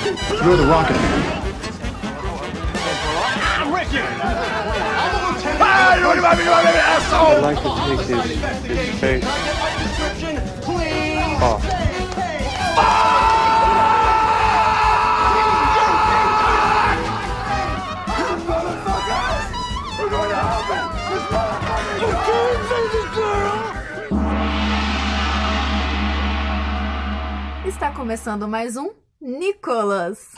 You're the Rocket Man. I'd like to take his face off. Está começando mais um Nicolas.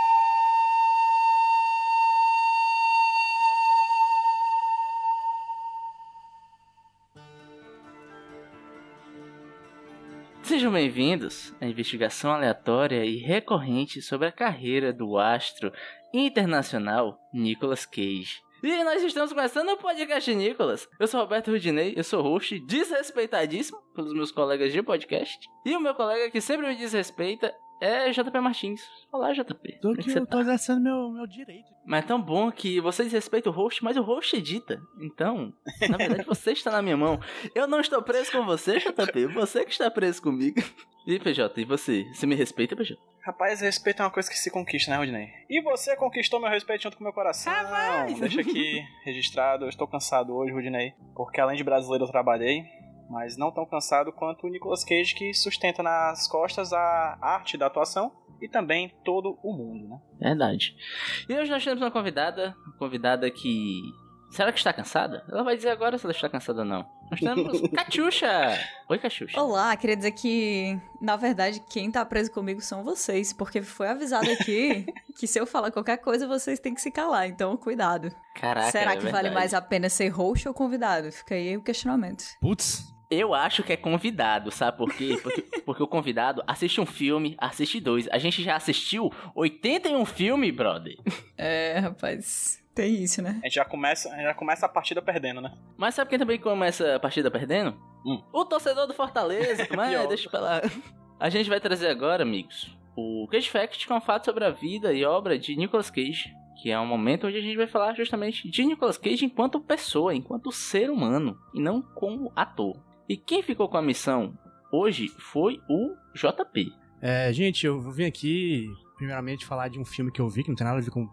Sejam bem-vindos à investigação aleatória e recorrente sobre a carreira do astro internacional Nicolas Cage. E nós estamos começando o podcast Nicolas. Eu sou Roberto Rudinei, eu sou host desrespeitadíssimo pelos meus colegas de podcast. E o meu colega que sempre me desrespeita é JP Martins. Olá, JP. Eu tô exercendo meu direito. Mas é tão bom que você desrespeita o host, mas o host edita. Então, na verdade, você está na minha mão. Eu não estou preso com você, JP. Você que está preso comigo. E PJ, e você? Você me respeita, PJ? Rapaz, respeito é uma coisa que se conquista, né, Rodinei? E você conquistou meu respeito junto com meu coração. Deixa aqui registrado. Eu estou cansado hoje, Rodinei. Porque além de brasileiro eu trabalhei. Mas não tão cansado quanto o Nicolas Cage, que sustenta nas costas a arte da atuação e também todo o mundo, né? Verdade. E hoje nós temos uma convidada que... Será que está cansada? Ela vai dizer agora se ela está cansada ou não. Nós temos Catiuxa! Oi, Catiuxa. Olá, queria dizer que, na verdade, quem tá preso comigo são vocês, porque foi avisado aqui que se eu falar qualquer coisa, vocês têm que se calar, então cuidado. Caraca, será que verdade. vale mais a pena ser host ou convidado? Fica aí o questionamento. Putz. Eu acho que é convidado, sabe por quê? Porque o convidado assiste um filme, assiste dois. A gente já assistiu 81 filmes, brother. É, rapaz, tem isso, né? A gente já começa a partida perdendo, né? Mas sabe quem também começa a partida perdendo? O torcedor do Fortaleza. Mas deixa pra lá. A gente vai trazer agora, amigos, o Cage Fact, que é um fato sobre a vida e obra de Nicolas Cage. Que é um momento onde a gente vai falar justamente de Nicolas Cage enquanto pessoa, enquanto ser humano, e não como ator. E quem ficou com a missão hoje foi o JP. Gente, eu vim aqui primeiramente falar de um filme que eu vi, que não tem nada a ver com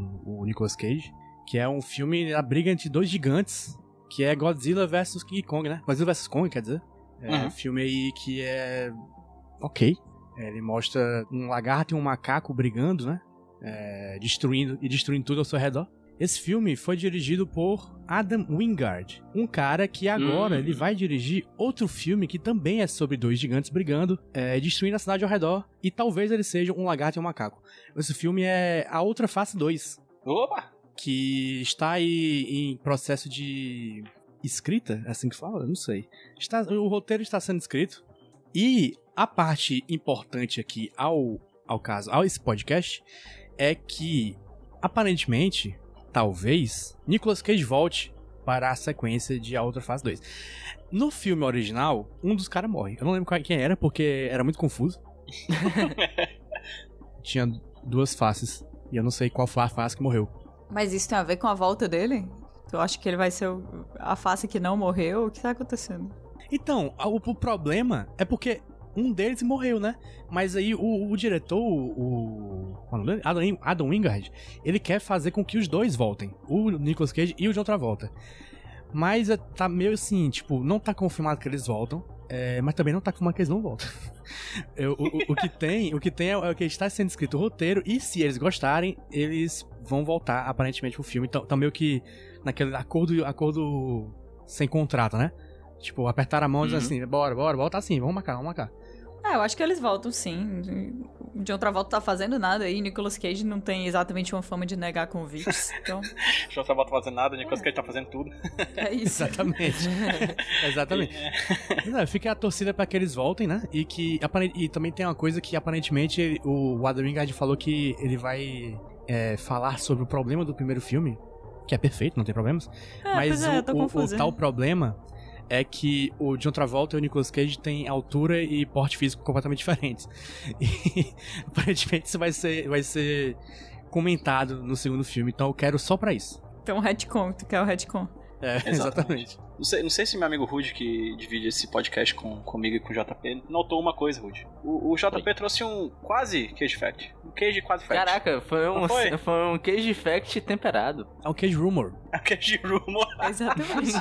o Nicolas Cage, que é um filme, a briga entre dois gigantes, que é Godzilla vs King Kong, né? Godzilla vs Kong, quer dizer. É um filme aí que é... ok. Ele mostra um lagarto e um macaco brigando, né? Destruindo tudo ao seu redor. Esse filme foi dirigido por Adam Wingard, um cara que agora ele vai dirigir outro filme que também é sobre dois gigantes brigando, destruindo a cidade ao redor, e talvez ele seja um lagarto e um macaco. Esse filme é A Outra Face 2. Opa! Que está aí em processo de escrita, é assim que fala? Não sei. O roteiro está sendo escrito, e a parte importante aqui ao esse podcast, é que, aparentemente... talvez Nicolas Cage volte para a sequência de A Outra Face 2. No filme original, um dos caras morre. Eu não lembro quem era, porque era muito confuso. Tinha duas faces, e eu não sei qual foi a face que morreu. Mas isso tem a ver com a volta dele? Tu acha que ele vai ser a face que não morreu? O que tá acontecendo? Então, o problema é porque um deles morreu, né? Mas aí o diretor, Adam Wingard, ele quer fazer com que os dois voltem. O Nicolas Cage e o John Travolta. Mas tá meio assim, tipo, não tá confirmado que eles voltam. Mas também não tá confirmado que eles não voltam. O que tem é o que está sendo escrito o roteiro. E se eles gostarem, eles vão voltar aparentemente pro filme. Então tá meio que naquele acordo sem contrato, né? Tipo, apertar a mão e dizer assim, bora, volta assim, vamos marcar. Eu acho que eles voltam, sim. O John Travolta tá fazendo nada aí, Nicolas Cage não tem exatamente uma fama de negar convites, então... John Travolta tá fazendo nada, Nicolas Cage tá fazendo tudo. É isso. Exatamente. Fica a torcida pra que eles voltem, né? E também tem uma coisa que, aparentemente, o Adam Wingard falou que ele vai falar sobre o problema do primeiro filme, que é perfeito, não tem problemas. Mas o tal problema... é que o John Travolta e o Nicolas Cage têm altura e porte físico completamente diferentes. E aparentemente isso vai ser comentado no segundo filme, então eu quero só pra isso. Então retcon, tu quer o retcon. Exatamente. Não sei se meu amigo Rude, que divide esse podcast comigo e com o JP, notou uma coisa, Rude. O JP trouxe um quase Cage Fact. queijo quase fact. Caraca, foi um queijo fact temperado. É um queijo rumor. É um queijo rumor. Exatamente.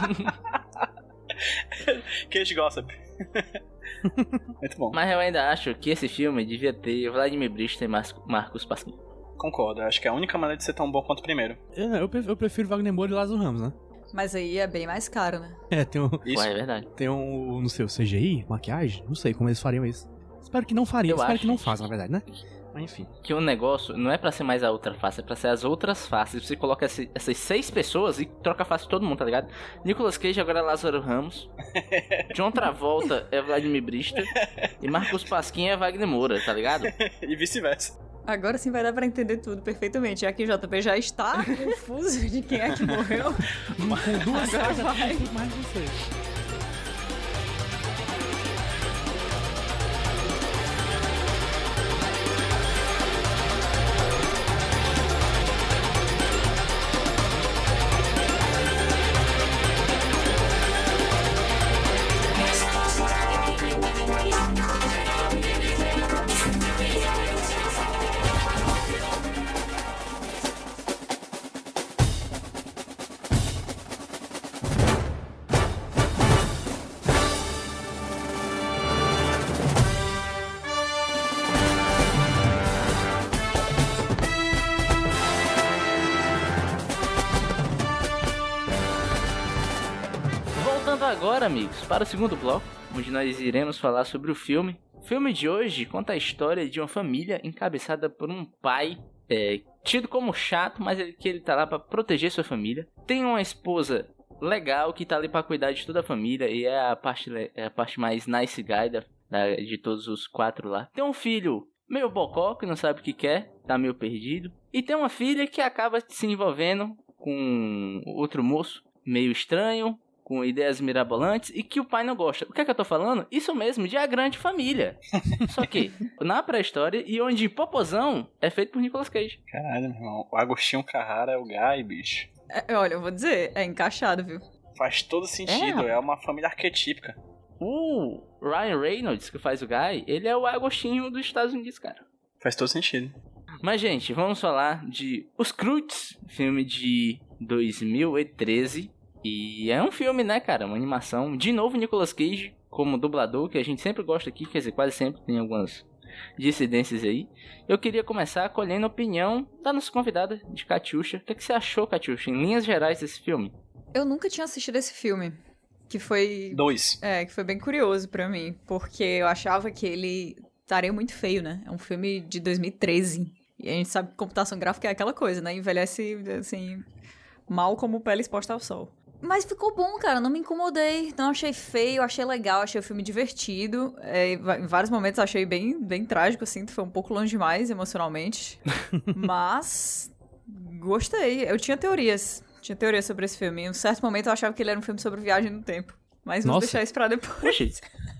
Queijo gossip. Muito bom. Mas eu ainda acho que esse filme devia ter Vladimir Brista e Marcos Pasquim. Concordo, acho que é a única maneira de ser tão bom quanto o primeiro. Eu prefiro Wagner Moura e Lázaro Ramos, né? Mas aí é bem mais caro, né? Tem um... Isso. Ué, é verdade. Tem um, não sei, o CGI, maquiagem? Não sei como eles fariam isso. Espero que não fariam, espero que não façam, na verdade, né? Mas enfim. Que o negócio não é pra ser mais a outra face, é pra ser as outras faces. Você coloca essas 6 pessoas e troca a face de todo mundo, tá ligado? Nicolas Cage agora é Lázaro Ramos. John Travolta é Vladimir Brista. E Marcos Pasquim é Wagner Moura, tá ligado? E vice-versa. Agora sim vai dar pra entender tudo perfeitamente. Já que o JP já está confuso de quem é que morreu. Com duas Agora casas, vai. mais você. Voltando agora, amigos, para o segundo bloco, onde nós iremos falar sobre o filme. O filme de hoje conta a história de uma família encabeçada por um pai tido como chato, mas que ele tá lá para proteger sua família. Tem uma esposa legal que tá ali para cuidar de toda a família e é a parte mais nice guy de todos os 4 lá. Tem um filho meio bocó, que não sabe o que quer, tá meio perdido. E tem uma filha que acaba se envolvendo com outro moço meio estranho, com ideias mirabolantes e que o pai não gosta. O que é que eu tô falando? Isso mesmo, de A Grande Família. Só que na pré-história e onde Popozão é feito por Nicolas Cage. Caralho, meu irmão. O Agostinho Carrara é o Guy, bicho. Olha, eu vou dizer, é encaixado, viu? Faz todo sentido, é uma família arquetípica. O Ryan Reynolds, que faz o Guy, ele é o Agostinho dos Estados Unidos, cara. Faz todo sentido. Mas, gente, vamos falar de Os Croods, filme de 2013. E é um filme, né, cara? Uma animação. De novo, Nicolas Cage como dublador, que a gente sempre gosta aqui, quer dizer, quase sempre tem algumas dissidências aí. Eu queria começar acolhendo a opinião da nossa convidada, de Catiuxa. O que você achou, Catiuxa, em linhas gerais desse filme? Eu nunca tinha assistido esse filme, que foi... 2. que foi bem curioso pra mim, porque eu achava que ele estaria muito feio, né? É um filme de 2013. E a gente sabe que computação gráfica é aquela coisa, né? Envelhece, assim, mal como pele exposta ao sol. Mas ficou bom, cara, não me incomodei, não achei feio, achei legal, achei o filme divertido. Em vários momentos achei bem trágico, assim, foi um pouco longe demais emocionalmente. Mas gostei, eu tinha teorias sobre esse filme. Em um certo momento eu achava que ele era um filme sobre viagem no tempo. Mas vamos deixar isso pra depois.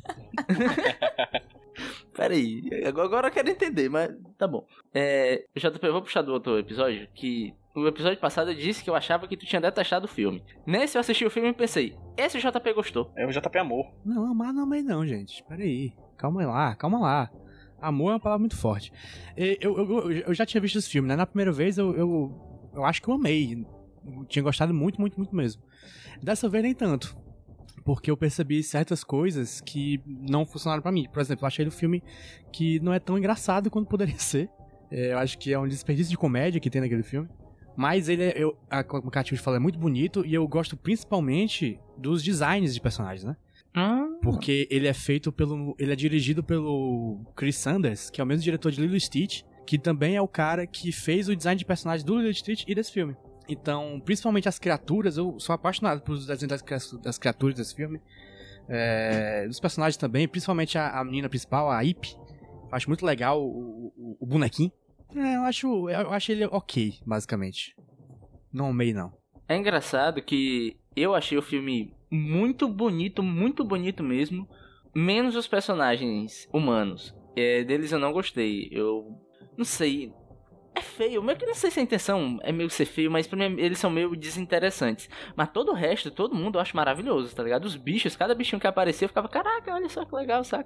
Peraí, agora eu quero entender, mas tá bom. JP, eu vou puxar do outro episódio, que no episódio passado eu disse que eu achava que tu tinha detestado o filme. Nesse eu assisti o filme e pensei, esse o JP gostou. É o JP amor. Não, amar não amei não, gente. Peraí, calma lá. Amor é uma palavra muito forte. Eu já tinha visto esse filme, né? Na primeira vez eu acho que eu amei. Eu tinha gostado muito mesmo. Dessa vez nem tanto. Porque eu percebi certas coisas que não funcionaram pra mim. Por exemplo, eu achei o filme que não é tão engraçado quanto poderia ser. Eu acho que é um desperdício de comédia que tem naquele filme. Mas ele como o Catiuxa fala, é muito bonito. E eu gosto principalmente dos designs de personagens, né? Porque ele é dirigido pelo Chris Sanders, que é o mesmo diretor de Lilo e Stitch, que também é o cara que fez o design de personagens do Lilo e Stitch e desse filme. Então, principalmente as criaturas, eu sou apaixonado pelos desenhos das criaturas desse filme. Dos personagens também, principalmente a menina principal, a Ip. Eu acho muito legal o bonequinho. Eu acho ele ok, basicamente. Não amei, não. É engraçado que eu achei o filme muito bonito mesmo. Menos os personagens humanos. Deles eu não gostei. Eu não sei... É feio, meio que não sei se a intenção é meio ser feio, mas pra mim eles são meio desinteressantes. Mas todo o resto, todo mundo eu acho maravilhoso, tá ligado? Os bichos, cada bichinho que aparecia eu ficava, caraca, olha só que legal, saca?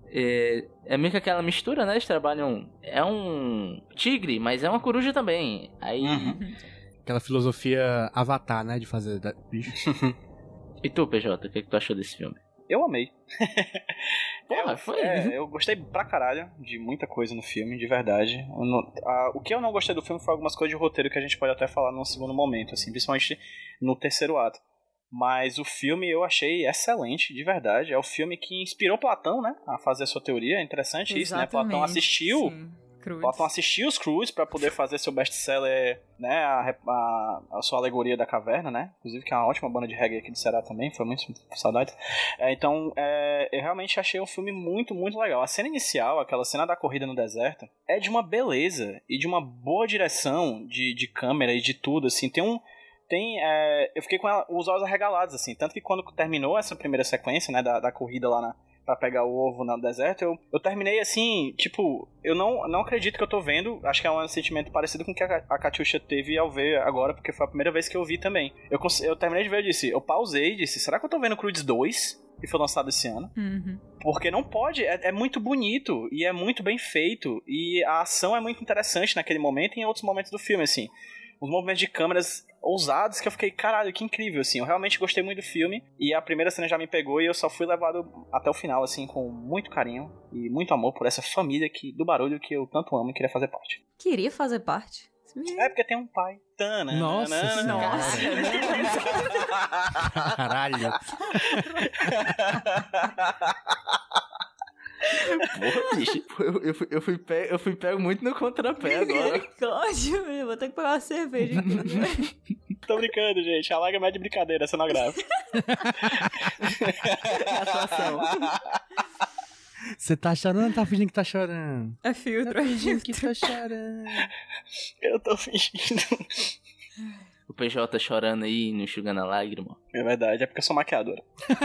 É meio que aquela mistura, né? Eles trabalham... É um tigre, mas é uma coruja também. Aí... Aquela filosofia Avatar, né? De fazer bicho. E tu, PJ, o que tu achou desse filme? Eu amei. Porra, foi? Eu gostei pra caralho de muita coisa no filme, de verdade. O que eu não gostei do filme foi algumas coisas de roteiro que a gente pode até falar num segundo momento, assim, principalmente no terceiro ato. Mas o filme eu achei excelente, de verdade. É o filme que inspirou Platão, né? A fazer a sua teoria. É interessante isso, né? Platão assistiu... Platão assistiu os Cruz pra poder fazer seu best-seller, né, a sua alegoria da caverna, né, inclusive que é uma ótima banda de reggae aqui do Ceará também, foi muito saudade. Então, eu realmente achei um filme muito, muito legal. A cena inicial, aquela cena da corrida no deserto, é de uma beleza e de uma boa direção de câmera e de tudo, assim, eu fiquei com os olhos arregalados, assim, tanto que quando terminou essa primeira sequência, né, da corrida lá pra pegar o ovo no deserto, eu terminei assim, tipo, eu não acredito que eu tô vendo, acho que é um sentimento parecido com o que a Catiuxa teve ao ver agora, porque foi a primeira vez que eu vi também. Eu terminei de ver eu pausei e disse, será que eu tô vendo Croods 2? Que foi lançado esse ano. Porque não pode, é muito bonito e é muito bem feito, e a ação é muito interessante naquele momento e em outros momentos do filme, assim. Os movimentos de câmeras ousados que eu fiquei, caralho, que incrível, assim. Eu realmente gostei muito do filme e a primeira cena já me pegou e eu só fui levado até o final, assim, com muito carinho e muito amor por essa família do barulho que eu tanto amo e queria fazer parte. Queria fazer parte? É porque tem um pai. Nossa. Caralho. Porra, bicho, eu fui pego muito no contrapé agora. Misericórdia, vou ter que pegar uma cerveja aqui. Tô brincando, gente. A lágrima é de brincadeira, cenográfica. Atuação. Você tá chorando ou tá fingindo que tá chorando? É filtro, tá fingindo que tá chorando. Eu tô fingindo. O PJ chorando aí, não enxugando a lágrima. É verdade, é porque eu sou maquiadora.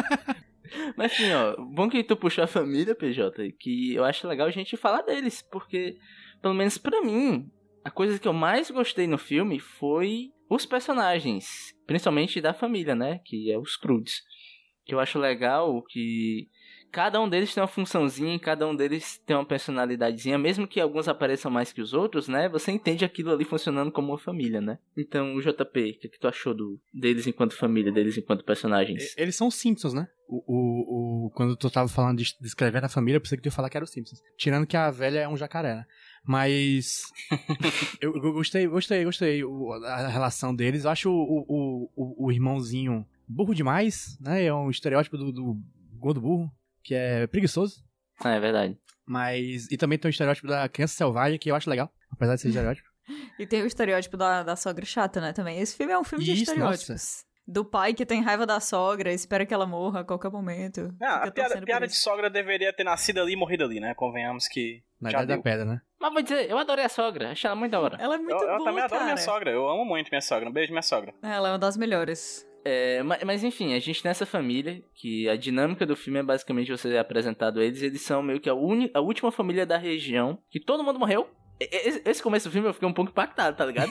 Mas assim, ó, bom que tu puxou a família, PJ, que eu acho legal a gente falar deles, porque, pelo menos pra mim, a coisa que eu mais gostei no filme foi os personagens, principalmente da família, né, que é os Croods. Que eu acho legal que cada um deles tem uma funçãozinha, cada um deles tem uma personalidadezinha, mesmo que alguns apareçam mais que os outros, né? Você entende aquilo ali funcionando como uma família, né? Então, o JP, o que tu achou deles enquanto família, deles enquanto personagens? Eles são os Simpsons, né? Quando tu tava falando de escrever na família, eu pensei que tu ia falar que era os Simpsons. Tirando que a velha é um jacaré, né? Mas eu gostei a relação deles. Eu acho o irmãozinho burro demais, né? É um estereótipo do gordo burro, que é preguiçoso. Ah, é verdade. Mas... E também tem o estereótipo da criança selvagem, que eu acho legal, apesar de ser estereótipo. E tem o estereótipo da sogra chata, né, também. Esse filme é um filme de estereótipos. Nossa. Do pai que tem raiva da sogra, espera que ela morra a qualquer momento. A piada de sogra deveria ter nascido ali e morrido ali, né? Convenhamos que na Idade da Pedra, né? Mas vou dizer, eu adorei a sogra, achei ela muito da hora. Ela é muito boa, Eu também adoro cara. minha sogra, eu amo muito minha sogra. Um beijo, minha sogra. Ela é uma das melhores. Mas enfim, a gente tem essa família, que a dinâmica do filme é basicamente você é apresentado eles são meio que a última família da região, que todo mundo morreu. Esse começo do filme eu fiquei um pouco impactado, tá ligado?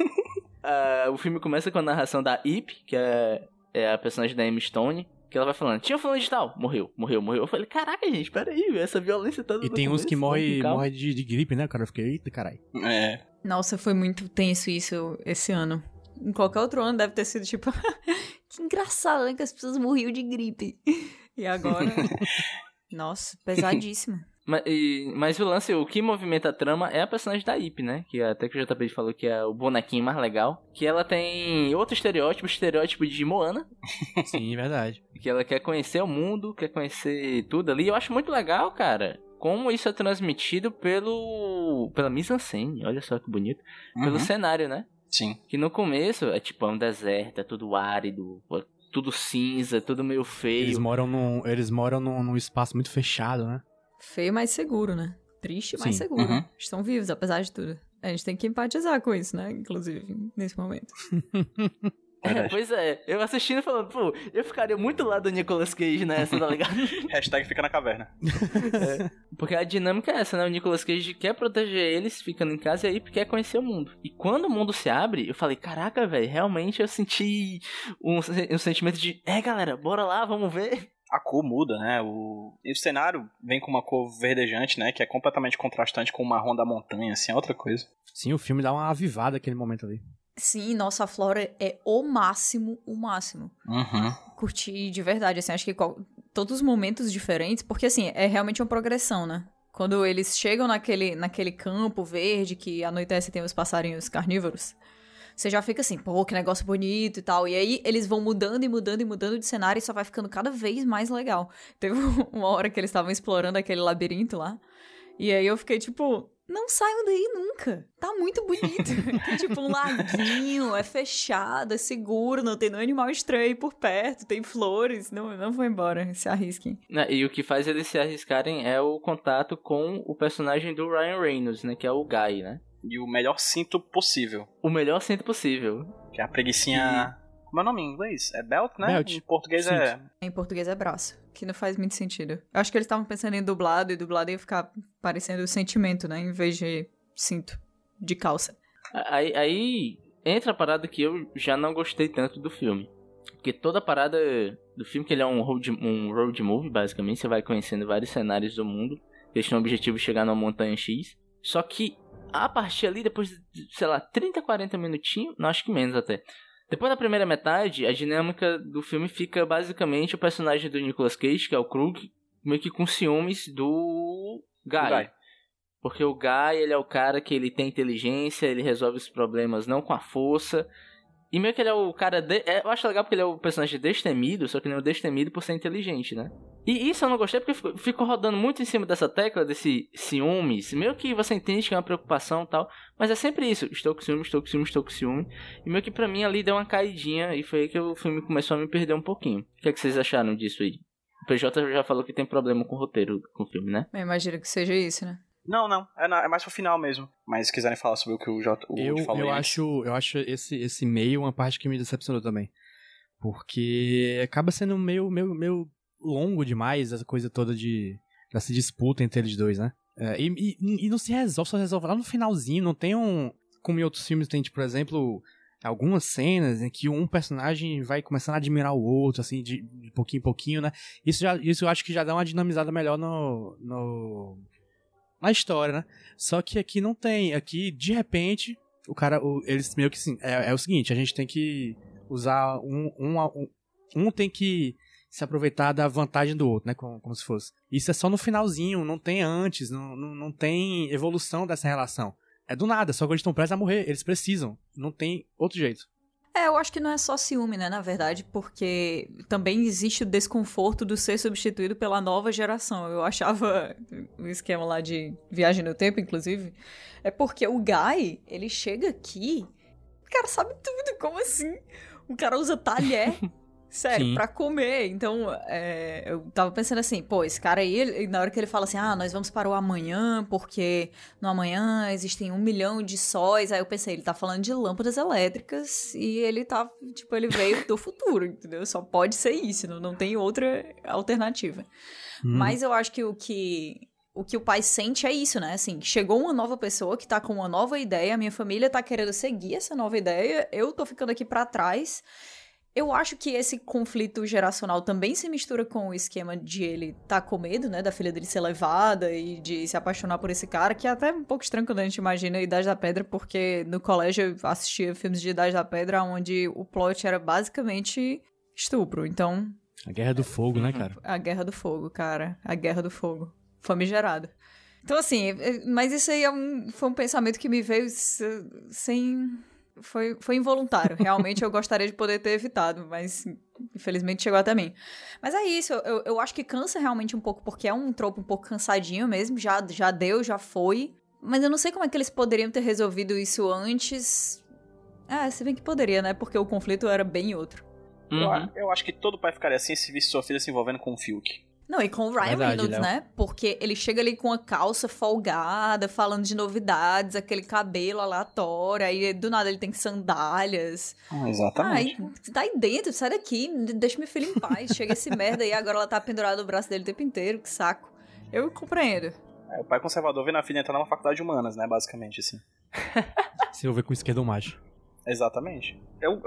O filme começa com a narração da Ip, que é a personagem da Emma Stone, que ela vai falando, tinha fulano de tal, morreu. Eu falei, caraca, gente, peraí, essa violência toda. E tem uns que morrem de gripe, né, cara? Eu fiquei, eita, caralho. Nossa, foi muito tenso isso esse ano. Em qualquer outro ano deve ter sido tipo... que engraçado, né? Que as pessoas morriam de gripe. E agora... Nossa, pesadíssimo. Mas o lance, o que movimenta a trama é a personagem da Ip, né? Que até que o JP falou que é o bonequinho mais legal. Que ela tem outro estereótipo, o estereótipo de Moana. Sim, é verdade. Que ela quer conhecer o mundo, quer conhecer tudo ali. Eu acho muito legal, cara, como isso é transmitido pela mise-en-scène. Olha só que bonito. Pelo cenário, né? Sim. Que no começo é tipo um deserto, é tudo árido, tudo cinza, tudo meio feio. Eles moram num espaço muito fechado, né? Feio, mas seguro, né? Triste, mas seguro. Estão vivos, apesar de tudo. A gente tem que empatizar com isso, né? Inclusive, nesse momento. Pois é, eu assistindo falando, pô, eu ficaria muito lá do Nicolas Cage nessa, tá ligado? Hashtag fica na caverna. Porque a dinâmica é essa, né? O Nicolas Cage quer proteger eles, ficando em casa, e aí quer conhecer o mundo. E quando o mundo se abre, eu falei, caraca, velho, realmente eu senti um sentimento de, galera, bora lá, vamos ver. a cor muda, né? E o cenário vem com uma cor verdejante, né? Que é completamente contrastante com o marrom da montanha, assim, é outra coisa. Sim, o filme dá uma avivada naquele momento ali. Sim, nossa, a Flora é o máximo. Uhum. Curti de verdade, assim, acho que todos os momentos diferentes, porque, assim, é realmente uma progressão, né? Quando eles chegam naquele campo verde que anoitece e tem os passarinhos carnívoros, você já fica assim, pô, que negócio bonito e tal. E aí eles vão mudando e mudando e mudando de cenário e só vai ficando cada vez mais legal. Teve uma hora que eles estavam explorando aquele labirinto lá, e aí eu fiquei tipo... Não saiam daí nunca. Tá muito bonito. Tem tipo um laguinho, é fechado, é seguro, não tem nenhum animal estranho por perto, tem flores. Não vou embora, se arrisquem. E o que faz eles se arriscarem é o contato com o personagem do Ryan Reynolds, né? Que é o Guy, né? E o melhor cinto possível. O melhor cinto possível. Que é a preguicinha... Como é o nome em inglês? É belt, né? Belt. Em português Cinto. é... Em português é braço, que não faz muito sentido. Eu acho que eles estavam pensando em dublado, e dublado ia ficar parecendo sentimento, né? Em vez de cinto de calça. Aí entra a parada que eu já não gostei tanto do filme. Porque toda a parada do filme, que ele é um road movie, basicamente, você vai conhecendo vários cenários do mundo. Eles têm o objetivo de chegar numa montanha X. Só que a partir ali, depois de, sei lá, 30, 40 minutinhos, não, acho que menos até. Depois da primeira metade, a dinâmica do filme fica basicamente o personagem do Nicolas Cage, que é o Krug, meio que com ciúmes do Guy. Porque o Guy, ele é o cara que ele tem inteligência, ele resolve os problemas não com a força. E meio que ele é o cara... Eu acho legal porque ele é o personagem destemido, só que ele é o destemido por ser inteligente, né? E isso eu não gostei porque ficou rodando muito em cima dessa tecla, desse ciúmes. Meio que você entende que é uma preocupação e tal, mas é sempre isso. Estou com ciúme, estou com ciúme, estou com ciúme. E meio que pra mim ali deu uma caidinha e foi aí que o filme começou a me perder um pouquinho. O que é que vocês acharam disso aí? O PJ já falou que tem problema com o roteiro com o filme, né? Eu imagino que seja isso, né? Não. É mais pro final mesmo. Mas se quiserem falar sobre o que o Woody falou eu antes. acho esse meio uma parte que me decepcionou também. Porque acaba sendo meio longo demais essa coisa toda dessa disputa entre eles dois, né? E não se resolve, só resolve lá no finalzinho. Não tem como em outros filmes tem, tipo, por exemplo, algumas cenas em que um personagem vai começando a admirar o outro, assim, de pouquinho em pouquinho, né? Isso eu acho que já dá uma dinamizada melhor na história, né? Só que aqui não tem. Aqui, de repente, eles meio que assim, é o seguinte, a gente tem que usar um tem que se aproveitar da vantagem do outro, né? Como se fosse. Isso é só no finalzinho, não tem antes, não tem evolução dessa relação. É do nada, só que eles estão prestes a morrer, eles precisam, não tem outro jeito. Eu acho que não é só ciúme, né, na verdade, porque também existe o desconforto do ser substituído pela nova geração. Eu achava o esquema lá de viagem no tempo, inclusive, é porque o Guy, ele chega aqui, o cara sabe tudo, como assim? O cara usa talher, sério, Sim. pra comer. Então, eu tava pensando assim, pô, esse cara aí, na hora que ele fala assim, nós vamos para o amanhã, porque no amanhã existem 1 milhão de sóis. Aí eu pensei, ele tá falando de lâmpadas elétricas e ele tá, tipo, ele veio do futuro, entendeu? Só pode ser isso, não tem outra alternativa. Mas eu acho que o que o pai sente é isso, né? Assim, chegou uma nova pessoa que tá com uma nova ideia, a minha família tá querendo seguir essa nova ideia, eu tô ficando aqui pra trás. Eu acho que esse conflito geracional também se mistura com o esquema de ele tá com medo, né, da filha dele ser levada e de se apaixonar por esse cara, que é até um pouco estranho quando a gente imagina a Idade da Pedra, porque no colégio eu assistia filmes de Idade da Pedra onde o plot era basicamente estupro, então... A Guerra do Fogo, né, cara? A Guerra do Fogo, cara. A Guerra do Fogo. Famigerado. Então, assim, mas isso aí foi um pensamento que me veio sem... Foi involuntário. Realmente eu gostaria de poder ter evitado, mas infelizmente chegou até mim. Mas é isso, eu acho que cansa realmente um pouco, porque é um tropo um pouco cansadinho mesmo, já deu, já foi. Mas eu não sei como é que eles poderiam ter resolvido isso antes. Se bem que poderia, né? Porque o conflito era bem outro. Eu acho que todo pai ficaria assim se visse sua filha se envolvendo com o Fiuk. Não, e com o Ryan Reynolds, né? Porque ele chega ali com a calça folgada, falando de novidades, aquele cabelo aleatório, aí do nada ele tem sandálias. Exatamente. Tá aí dentro, sai daqui, deixa meu filho em paz. Chega esse merda aí, agora ela tá pendurada no braço dele o tempo inteiro, que saco. Eu compreendo. O pai conservador vendo a filha entrar numa faculdade de humanas, né? Basicamente, assim. Se envolver com esquerdo macho. Exatamente.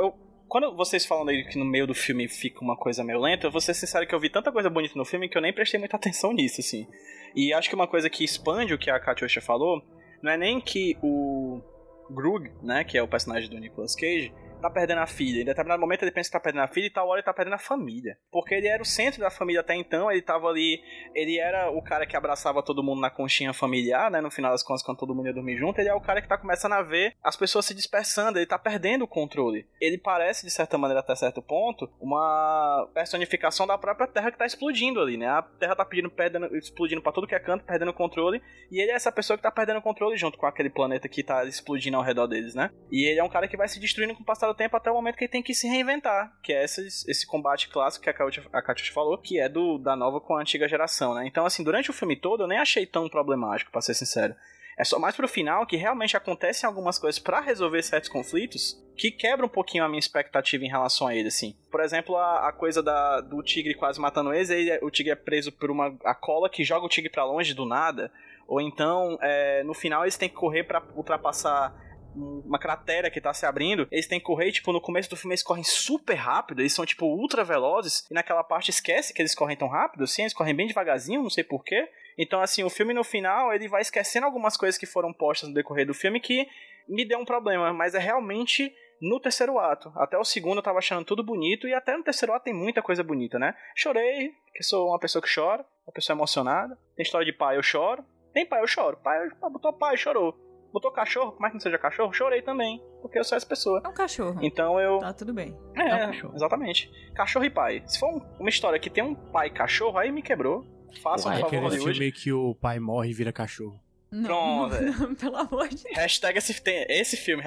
Quando vocês falam aí que no meio do filme fica uma coisa meio lenta, eu vou ser sincero que eu vi tanta coisa bonita no filme que eu nem prestei muita atenção nisso, assim. E acho que uma coisa que expande o que a Katyusha falou, não é nem que o Grug, né, que é o personagem do Nicolas Cage, tá perdendo a filha. Em determinado momento ele pensa que tá perdendo a filha e tal hora ele tá perdendo a família. Porque ele era o centro da família até então, ele tava ali, ele era o cara que abraçava todo mundo na conchinha familiar, né, no final das contas, quando todo mundo ia dormir junto, ele é o cara que tá começando a ver as pessoas se dispersando, ele tá perdendo o controle. Ele parece, de certa maneira, até certo ponto, uma personificação da própria Terra que tá explodindo ali, né, a Terra tá explodindo pra tudo que é canto, perdendo o controle, e ele é essa pessoa que tá perdendo o controle junto com aquele planeta que tá explodindo ao redor deles, né, e ele é um cara que vai se destruindo com o passar do tempo até o momento que ele tem que se reinventar, que é esse combate clássico que a Katyusha falou, que é da nova com a antiga geração, né? Então, assim, durante o filme todo eu nem achei tão problemático, pra ser sincero. É só mais pro final que realmente acontecem algumas coisas pra resolver certos conflitos que quebram um pouquinho a minha expectativa em relação a ele, assim. Por exemplo, a coisa do tigre quase matando eles, o tigre é preso por a cola que joga o tigre pra longe do nada, ou então, no final eles têm que correr pra ultrapassar uma cratera que tá se abrindo, eles têm que correr, tipo, no começo do filme eles correm super rápido, eles são, tipo, ultra velozes, e naquela parte esquece que eles correm tão rápido, assim, eles correm bem devagarzinho, não sei porquê. Então, assim, o filme no final, ele vai esquecendo algumas coisas que foram postas no decorrer do filme que me deu um problema, mas é realmente no terceiro ato. Até o segundo eu tava achando tudo bonito, e até no terceiro ato tem muita coisa bonita, né? Chorei, que sou uma pessoa que chora, uma pessoa emocionada. Tem história de pai, eu choro. Tem pai, eu choro. Pai, botou pai, chorou. Botou cachorro, por mais que não seja cachorro, chorei também, porque eu sou essa pessoa. É um cachorro. Então eu... Tá tudo bem. É um cachorro. Exatamente. Cachorro e pai. Se for uma história que tem um pai e cachorro, aí me quebrou. Faça um favor, aquele Hollywood. filme que o pai morre e vira cachorro. Não, Pronto, não, pelo amor de Deus. Hashtag esse filme.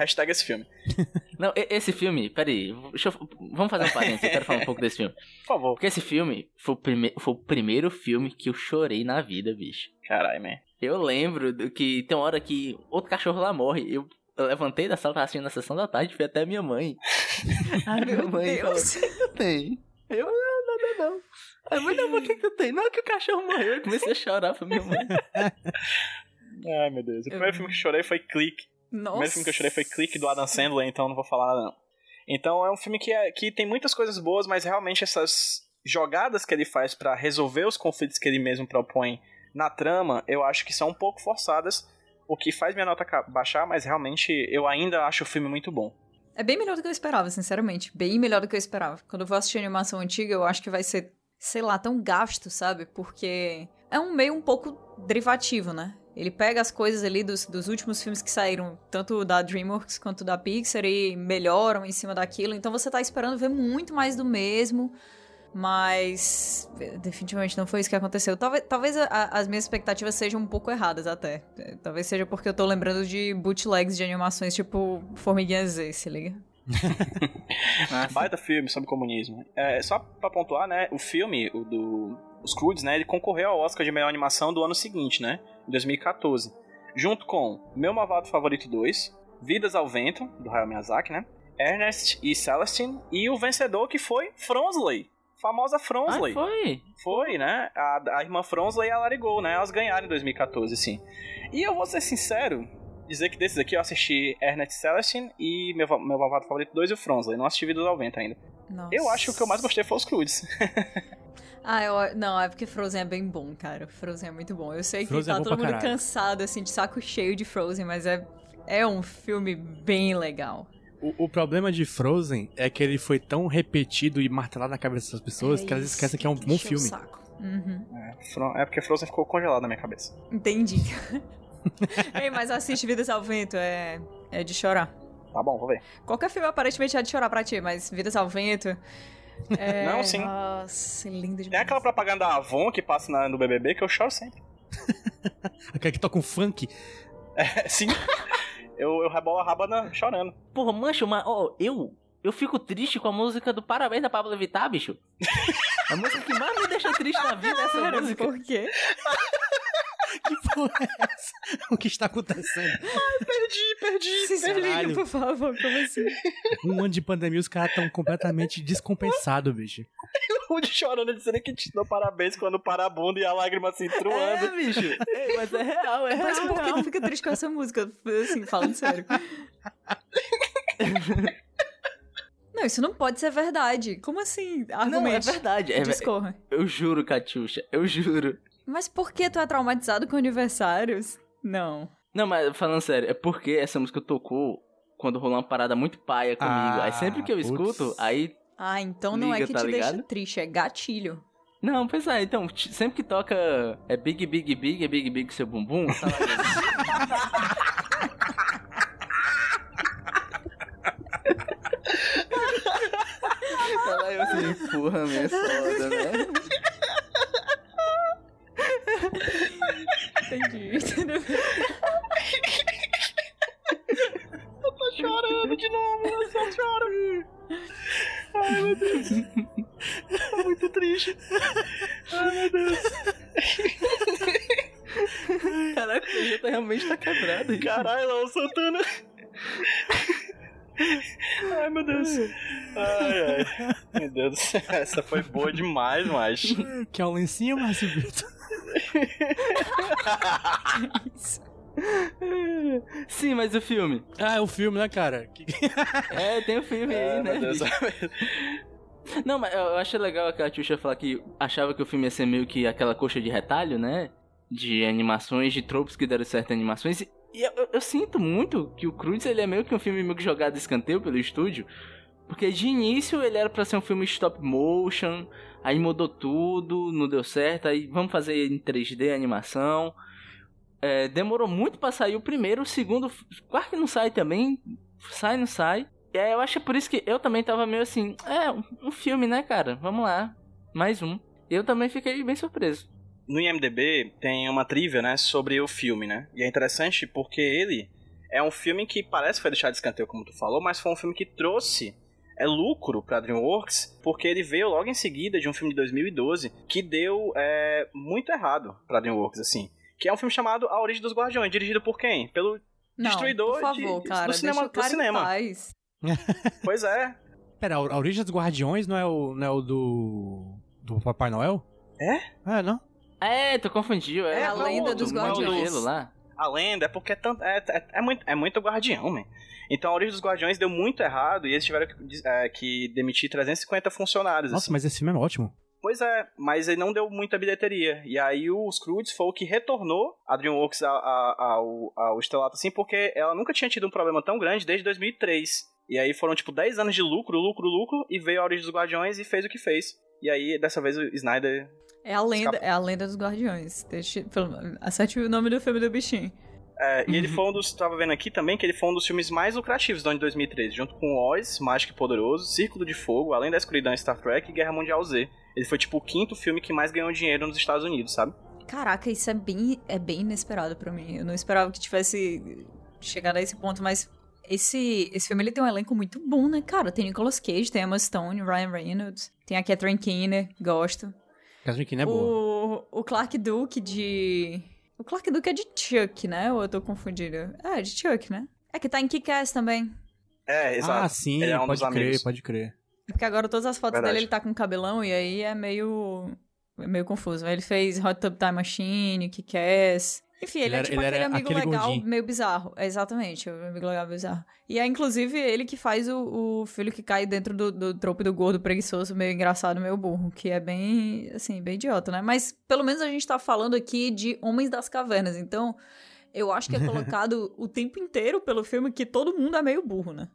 Não, esse filme, peraí, vamos fazer um parênteses, eu quero falar um pouco desse filme. Por favor. Porque esse filme foi o primeiro filme que eu chorei na vida, bicho. Caralho, man. Eu lembro que tem uma hora que outro cachorro lá morre, eu levantei da sala, tava assistindo na sessão da tarde, fui até a minha mãe. A minha mãe falou, o que tu tem? Eu, não. Aí, mãe, não, mas o que tu tem? Não, que o cachorro morreu. Eu comecei a chorar pra minha mãe. Ai, meu Deus. O primeiro filme que eu chorei foi Click. Nossa. O primeiro filme que eu chorei foi Click, do Adam Sandler, então não vou falar nada, não. Então é um filme que tem muitas coisas boas, mas realmente essas jogadas que ele faz pra resolver os conflitos que ele mesmo propõe na trama, eu acho que são um pouco forçadas, o que faz minha nota baixar, mas realmente eu ainda acho o filme muito bom. É bem melhor do que eu esperava, sinceramente. Bem melhor do que eu esperava. Quando eu vou assistir a animação antiga, eu acho que vai ser, sei lá, tão gasto, sabe? Porque é um meio um pouco derivativo, né? Ele pega as coisas ali dos últimos filmes que saíram, tanto da DreamWorks quanto da Pixar, e melhoram em cima daquilo. Então você tá esperando ver muito mais do mesmo, mas definitivamente não foi isso que aconteceu. Talvez as minhas expectativas sejam um pouco erradas até. Talvez seja porque eu tô lembrando de bootlegs de animações tipo Formiguinha Z, se liga? Baita filme sobre comunismo. Só pra pontuar, né, o filme, os Croods, né, ele concorreu ao Oscar de melhor animação do ano seguinte, né, em 2014, junto com Meu Malvado Favorito 2, Vidas ao Vento, do Hayao Miyazaki, né, Ernest e Celestine, e o vencedor que foi Fronsley, famosa Fronsley. Ah, foi? Foi, né, a irmã Fronsley e a Larigol, né, elas ganharam em 2014, sim. E eu vou ser sincero, dizer que desses aqui eu assisti Ernest Celestine e Meu Malvado Favorito 2 e o Fronsley. Não assisti Vidas ao Vento ainda. Nossa. Eu acho que o que eu mais gostei foi os Croods. Não, é porque Frozen é bem bom, cara. Frozen é muito bom. Eu sei Frozen que tá é todo mundo caralho. cansado, assim, de saco cheio de Frozen, mas é um filme bem legal. O problema de Frozen é que ele foi tão repetido e martelado na cabeça das pessoas que elas esquecem que é um bom encheu o filme. saco. Uhum. É porque Frozen ficou congelado na minha cabeça. Entendi. Ei, mas assiste Vidas ao Vento, é de chorar. Tá bom, vou ver. Qualquer filme aparentemente é de chorar pra ti, mas Vidas ao Vento... Não, sim. Nossa, lindo demais. Tem aquela propaganda da Avon que passa no BBB que eu choro sempre. Aquela que toca um funk. Sim. eu rebolo a raba chorando. Porra, mancho, mas eu fico triste com a música do Parabéns da Pablo Vittar, bicho. A música que mais me deixa triste na vida é essa Cara, música. por quê? Que porra é essa? O que está acontecendo? Perdi. Se explique, Caralho. por favor, como assim? Um ano de pandemia, os caras estão completamente descompensados, bicho. O de chorando dizendo que te dou parabéns quando para a bunda e a lágrima assim truando. É, bicho. Ei, mas é real, é Mas real. por que tu fica triste com essa música? Assim, falando sério. Não, Não, isso não pode ser verdade. Como assim? Não, é verdade. Discorra. Eu juro, Catiuxa, eu juro. Mas por que tu é traumatizado com aniversários? Não. Não, mas falando sério, é porque essa música tocou quando rolou uma parada muito paia comigo. Aí sempre que eu escuto, aí... Ah, então não liga, é que tá te ligado? deixa triste, é gatilho. Não, pois é, então, sempre que toca é Big Big Big, é Big Big seu bumbum, tá lá. Tá lá eu assim, porra, minha foda, né? Entendi. Eu tô chorando de novo, eu só choro. Ai, meu Deus. Tô muito triste. Ai, meu Deus. Caraca, o projeto realmente tá quebrado. Caralho, Léo Santana. Ai, meu Deus. Ai, ai. Meu Deus do céu, essa foi boa demais, macho. Quer um lencinho, Márcio Brito? Sim, mas o filme. Ah, é o filme, né, cara? É, tem o filme aí, né? Meu Deus. Não, mas eu achei legal a Katiusha falar que achava que o filme ia ser meio que aquela coxa de retalho, né? De animações, de tropos que deram certo em animações. E eu sinto muito que o Cruz, ele é meio que um filme meio que jogado de escanteio pelo estúdio. Porque de início ele era pra ser um filme stop motion, aí mudou tudo, não deu certo, aí vamos fazer em 3D a animação. Demorou muito pra sair o primeiro, o segundo, claro que não sai também, sai, não sai. E aí eu acho que é por isso que eu também tava meio assim, um filme, né, cara, vamos lá, mais um. Eu também fiquei bem surpreso. No IMDb tem uma trivia, né, sobre o filme, né, e é interessante porque ele é um filme que parece que foi deixado de escanteio, como tu falou, mas foi um filme que trouxe lucro pra DreamWorks, porque ele veio logo em seguida de um filme de 2012 que deu muito errado pra DreamWorks, assim. Que é um filme chamado A Origem dos Guardiões, dirigido por quem? Pelo destruidor por favor, cara, do cinema. deixa o cara do cinema. em paz. Pois é. Pera, a Origem dos Guardiões não é o do Papai Noel? É? Não? Tu confundiu, é. A Lenda dos Guardiões. Lá. A lenda é porque é muito guardião, man. Então a Origem dos Guardiões deu muito errado e eles tiveram que demitir 350 funcionários. Nossa, assim. mas esse filme é ótimo. Pois é, mas ele não deu muita bilheteria. E aí o Scrooge foi o que retornou a DreamWorks ao estrelato, assim, porque ela nunca tinha tido um problema tão grande desde 2003. E aí foram, 10 anos de lucro, e veio a Origem dos Guardiões e fez o que fez. E aí, dessa vez, o Snyder... É a lenda dos Guardiões. Acerte o nome do filme do bichinho. E ele foi tava vendo aqui também, que ele foi um dos filmes mais lucrativos do ano de 2013, junto com Oz, Mágico e Poderoso, Círculo de Fogo, Além da Escuridão, Star Trek e Guerra Mundial Z. Ele foi, o quinto filme que mais ganhou dinheiro nos Estados Unidos, sabe? Caraca, isso é bem inesperado pra mim. Eu não esperava que tivesse chegado a esse ponto, mas esse filme ele tem um elenco muito bom, né, cara? Tem Nicolas Cage, tem Emma Stone, Ryan Reynolds, tem a Catherine Keener, gosto. Catherine Keener é boa. O Clark Duke O Clark Duke é de Chuck, né? Ou eu tô confundindo? É de Chuck, né? É que tá em Kick-Ass também. Exato. Ah, sim, ele é um pode dos crer, amigos. pode crer. Porque agora todas as fotos Verdade. dele ele tá com cabelão e aí é meio confuso. Ele fez Hot Tub Time Machine, Kick-Ass. Enfim, ele é aquele amigo aquele legal gordinho. meio bizarro. Exatamente, o amigo legal bizarro. E é inclusive ele que faz o filho que cai dentro do trope do gordo preguiçoso, meio engraçado, meio burro. Que é bem, assim, bem idiota, né? Mas pelo menos a gente tá falando aqui de Homens das Cavernas. Então, eu acho que é colocado o tempo inteiro pelo filme que todo mundo é meio burro, né?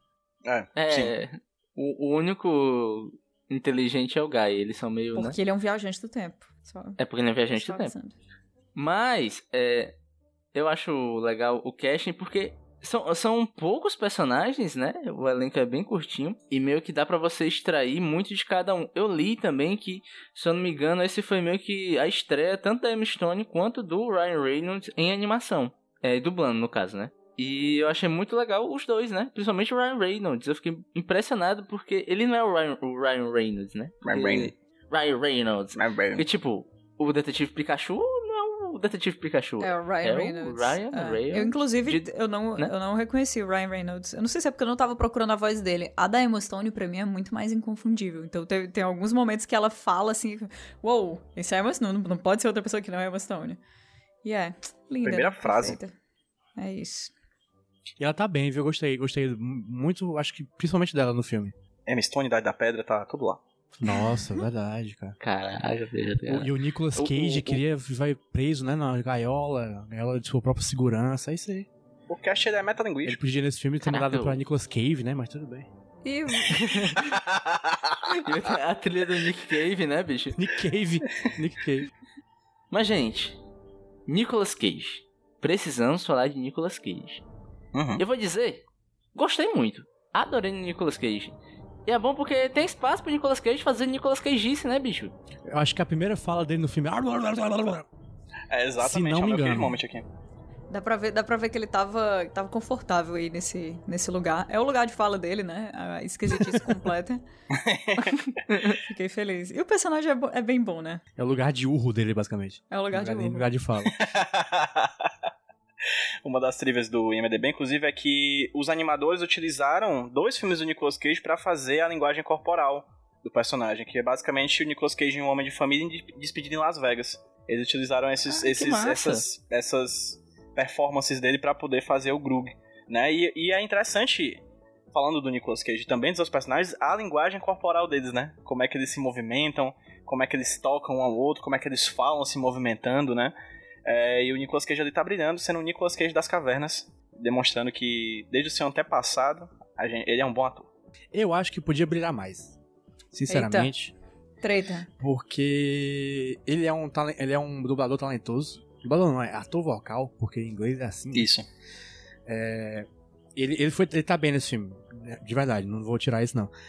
Sim. O único inteligente é o Guy, eles são meio, Porque ele é um viajante do tempo. É porque ele é viajante do tempo. Mas, eu acho legal o casting porque são poucos personagens, né? O elenco é bem curtinho e meio que dá pra você extrair muito de cada um. Eu li também que, se eu não me engano, esse foi meio que a estreia tanto da Emma Stone quanto do Ryan Reynolds em animação. Dublando, no caso, né? E eu achei muito legal os dois, né? Principalmente o Ryan Reynolds. Eu fiquei impressionado porque ele não é o Ryan Reynolds, né? Ryan Reynolds. Porque, tipo, o Detetive Pikachu não é o Detetive Pikachu. É o Ryan Reynolds. Reynolds. Eu, inclusive, eu não reconheci o Ryan Reynolds. Eu não sei se é porque eu não tava procurando a voz dele. A da Emma Stone, pra mim, é muito mais inconfundível. Então, tem alguns momentos que ela fala assim... Uou, esse é Emma Stone. Não pode ser outra pessoa que não é Emma Stone. E linda. Primeira frase. Perfeita. É isso. E ela tá bem, viu? Gostei muito, acho que principalmente dela no filme. Emma Stone, Idade da Pedra, tá tudo lá. Nossa, verdade, cara. Caralho, velho. E o Nicolas Cage vai preso, né, na gaiola de sua própria segurança, é isso aí. O cast ele é metalinguístico. Ele podia nesse filme ter mudado pra Nicolas Cage, né, mas tudo bem. E A trilha do Nick Cave, né, bicho? Nick Cave. Mas, gente, Nicolas Cage. Precisamos falar de Nicolas Cage. Eu vou dizer, gostei muito. Adorei Nicolas Cage. E é bom porque tem espaço pro Nicolas Cage fazer Nicolas Cage'ice, né, bicho? Eu acho que a primeira fala dele no filme é exatamente o meu favorite moment aqui. Dá pra ver que ele tava confortável aí nesse lugar. É o lugar de fala dele, né? A esquisitice completa. Fiquei feliz. E o personagem é bem bom, né? É o lugar de urro dele, basicamente. É o lugar de urro. Lugar de fala. Uma das trivias do IMDb, inclusive, é que os animadores utilizaram 2 filmes do Nicolas Cage pra fazer a linguagem corporal do personagem, que é basicamente o Nicolas Cage, um homem de família despedido em Las Vegas. Eles utilizaram essas performances dele pra poder fazer o Grug, né? E é interessante, falando do Nicolas Cage e também dos seus personagens, a linguagem corporal deles, né? Como é que eles se movimentam, como é que eles tocam um ao outro, como é que eles falam se movimentando, né? E o Nicolas Cage ali tá brilhando, sendo o Nicolas Cage das cavernas, demonstrando que desde o seu antepassado, ele é um bom ator. Eu acho que podia brilhar mais, sinceramente. Treta. Porque ele é um dublador talentoso. Dublador não, é ator vocal, porque em inglês é assim. Isso. Ele tá bem nesse filme, de verdade, não vou tirar isso não.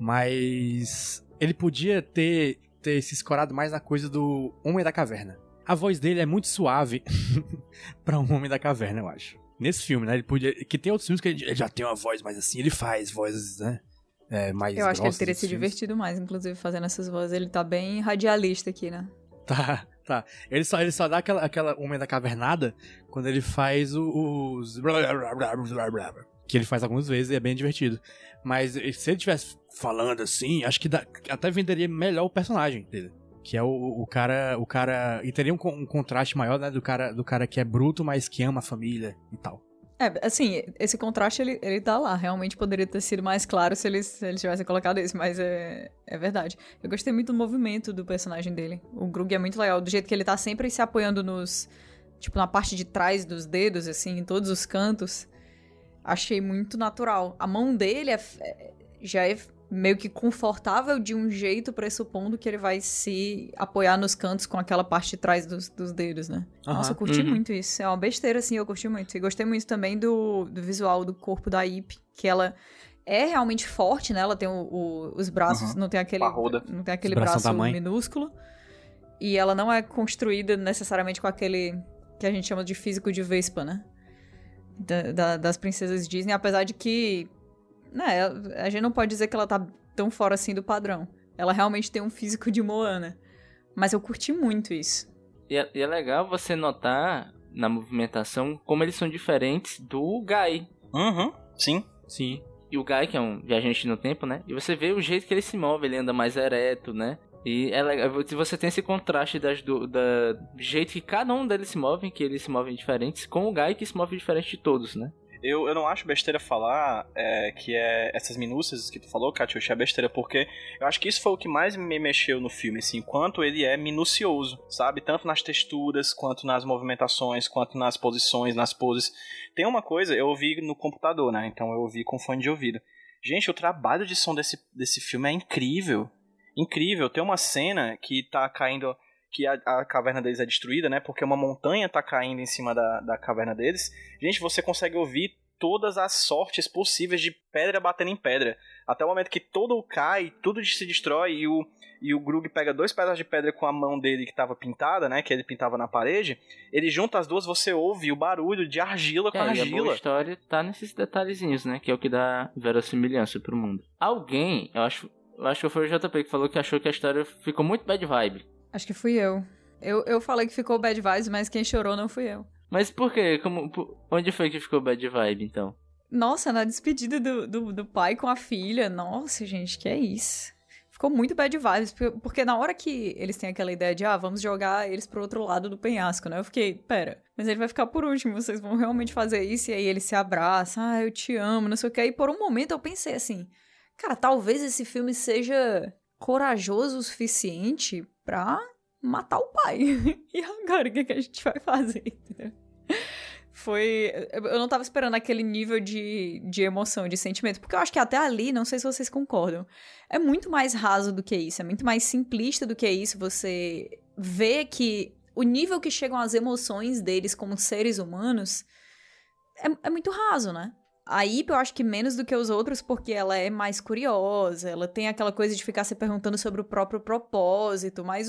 Mas ele podia ter se escorado mais na coisa do Homem da Caverna. A voz dele é muito suave pra um Homem da Caverna, eu acho. Nesse filme, né? Ele podia. Que tem outros filmes que ele já tem uma voz mais assim, ele faz vozes, né? Mais eu acho que ele teria se filmes. divertido mais, inclusive, fazendo essas vozes. Ele tá bem radialista aqui, né? Tá. Ele só dá aquela Homem da Cavernada quando ele faz os. Que ele faz algumas vezes e é bem divertido. Mas se ele estivesse falando assim, acho que até venderia melhor o personagem dele. Que é o cara. E teria um contraste maior, né? Do cara que é bruto, mas que ama a família e tal. Assim, esse contraste ele tá lá. Realmente poderia ter sido mais claro se eles tivessem colocado isso, mas é verdade. Eu gostei muito do movimento do personagem dele. O Grug é muito legal, do jeito que ele tá sempre se apoiando tipo, na parte de trás dos dedos, assim, em todos os cantos. Achei muito natural. A mão dele já é meio que confortável de um jeito, pressupondo que ele vai se apoiar nos cantos com aquela parte de trás dos dedos, né? Nossa, eu curti muito isso. É uma besteira, assim, eu curti muito. E gostei muito também do visual do corpo da Ip, que ela é realmente forte, né? Ela tem os braços, não tem aquele braço minúsculo. E ela não é construída necessariamente com aquele que a gente chama de físico de Vespa, né? Das princesas Disney, apesar de que né, a gente não pode dizer que ela tá tão fora assim do padrão. Ela realmente tem um físico de Moana. Mas eu curti muito isso. E é legal você notar na movimentação como eles são diferentes do Guy. Sim. E o Guy, que é um viajante no tempo, né? E você vê o jeito que ele se move, ele anda mais ereto, né? E é legal, você tem esse contraste do jeito que cada um deles se move, que eles se movem diferentes, com o Guy que se move diferente de todos, né? Eu não acho besteira falar que essas minúcias que tu falou, Catiuxa, é besteira, porque eu acho que isso foi o que mais me mexeu no filme, assim, quanto ele é minucioso, sabe? Tanto nas texturas, quanto nas movimentações, quanto nas posições, nas poses. Tem uma coisa, eu ouvi no computador, né? Então eu ouvi com fone de ouvido. Gente, o trabalho de som desse filme é incrível. Incrível. Tem uma cena que tá caindo, que a caverna deles é destruída, né? Porque uma montanha tá caindo em cima da caverna deles. Gente, você consegue ouvir todas as sortes possíveis de pedra batendo em pedra. Até o momento que tudo cai, tudo se destrói e o Grug pega 2 pedaços de pedra com a mão dele que tava pintada, né? Que ele pintava na parede. Ele junta as duas, você ouve o barulho de argila com argila. E a boa história tá nesses detalhezinhos, né? Que é o que dá verossimilhança pro mundo. Alguém, eu acho que foi o JP que falou que achou que a história ficou muito bad vibe. Acho que fui eu. Eu falei que ficou bad vibes, mas quem chorou não fui eu. Mas por quê? Onde foi que ficou bad vibe, então? Nossa, na despedida do pai com a filha. Nossa, gente, que é isso? Ficou muito bad vibes, porque na hora que eles têm aquela ideia de, vamos jogar eles pro outro lado do penhasco, né? Eu fiquei, pera, mas ele vai ficar por último, vocês vão realmente fazer isso? E aí ele se abraça, eu te amo, não sei o que. E por um momento eu pensei assim, cara, talvez esse filme seja corajoso o suficiente pra matar o pai. E agora, o que a gente vai fazer? Eu não tava esperando aquele nível de emoção, de sentimento, porque eu acho que até ali, não sei se vocês concordam, é muito mais raso do que isso, é muito mais simplista do que isso. Você vê que o nível que chegam as emoções deles como seres humanos é muito raso, né? A Ip eu acho que menos do que os outros, porque ela é mais curiosa, ela tem aquela coisa de ficar se perguntando sobre o próprio propósito, mas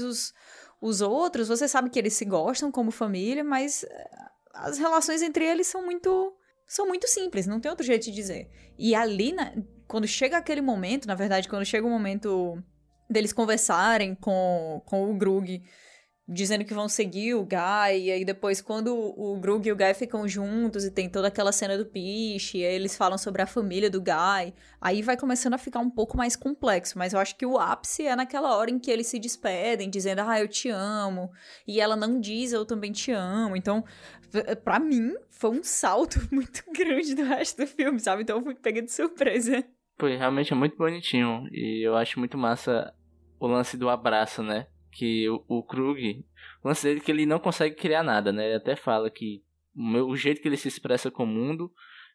os outros, você sabe que eles se gostam como família, mas as relações entre eles são muito simples, não tem outro jeito de dizer. E ali, quando chega aquele momento, na verdade, quando chega o momento deles conversarem com o Grug, dizendo que vão seguir o Guy, e aí depois quando o Grug e o Guy ficam juntos e tem toda aquela cena do Piche, e aí eles falam sobre a família do Guy, aí vai começando a ficar um pouco mais complexo, mas eu acho que o ápice é naquela hora em que eles se despedem, dizendo, eu te amo, e ela não diz, eu também te amo. Então, pra mim, foi um salto muito grande do resto do filme, sabe? Então eu fui pega de surpresa. Foi, realmente é muito bonitinho, e eu acho muito massa o lance do abraço, né? Que o Krug, o lance dele é que ele não consegue criar nada, né? Ele até fala que o jeito que ele se expressa com o mundo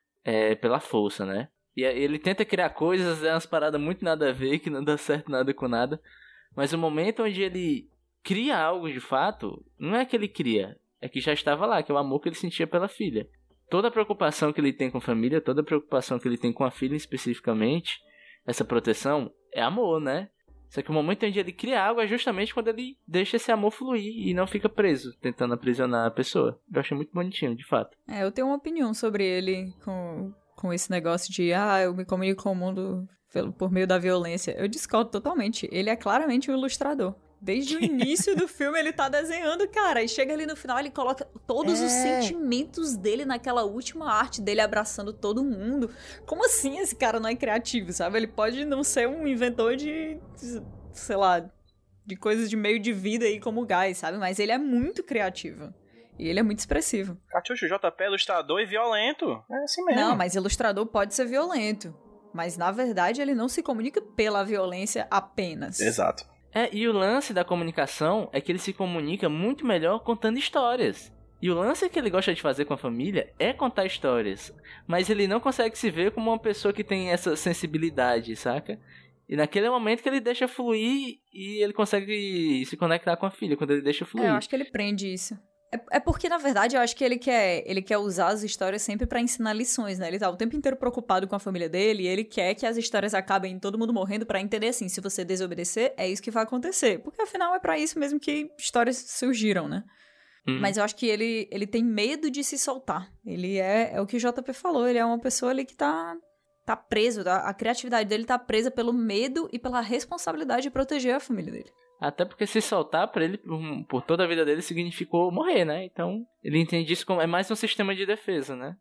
é pela força, né? E ele tenta criar coisas, umas paradas muito nada a ver, que não dá certo nada com nada. Mas o momento onde ele cria algo de fato, não é que ele cria, é que já estava lá, que é o amor que ele sentia pela filha. Toda a preocupação que ele tem com a família, toda a preocupação que ele tem com a filha especificamente, essa proteção, é amor, né? Só que o momento onde ele cria algo é justamente quando ele deixa esse amor fluir e não fica preso, tentando aprisionar a pessoa. Eu achei muito bonitinho, de fato. Eu tenho uma opinião sobre ele com esse negócio de, eu me comunico com o mundo por meio da violência. Eu discordo totalmente. Ele é claramente um ilustrador. Desde o início do filme ele tá desenhando, cara. E chega ali no final, ele coloca todos os sentimentos dele naquela última arte dele abraçando todo mundo. Como assim esse cara não é criativo, sabe? Ele pode não ser um inventor de, sei lá, de coisas de meio de vida aí como o Guy, sabe? Mas ele é muito criativo. E ele é muito expressivo. Catiuxo, JP é ilustrador e violento. É assim mesmo. Não, mas ilustrador pode ser violento. Mas, na verdade, ele não se comunica pela violência apenas. Exato. E o lance da comunicação é que ele se comunica muito melhor contando histórias. E o lance que ele gosta de fazer com a família é contar histórias. Mas ele não consegue se ver como uma pessoa que tem essa sensibilidade, saca? E naquele momento que ele deixa fluir e ele consegue se conectar com a filha, quando ele deixa fluir. Eu acho que ele prende isso. É porque, na verdade, eu acho que ele quer usar as histórias sempre pra ensinar lições, né? Ele tá o tempo inteiro preocupado com a família dele e ele quer que as histórias acabem todo mundo morrendo pra entender assim, se você desobedecer, é isso que vai acontecer. Porque, afinal, é pra isso mesmo que histórias surgiram, né? Mas eu acho que ele tem medo de se soltar. Ele é o que o JP falou, ele é uma pessoa ali que tá preso, a criatividade dele tá presa pelo medo e pela responsabilidade de proteger a família dele. Até porque se soltar pra ele, por toda a vida dele, significou morrer, né? Então, ele entende isso como é mais um sistema de defesa, né?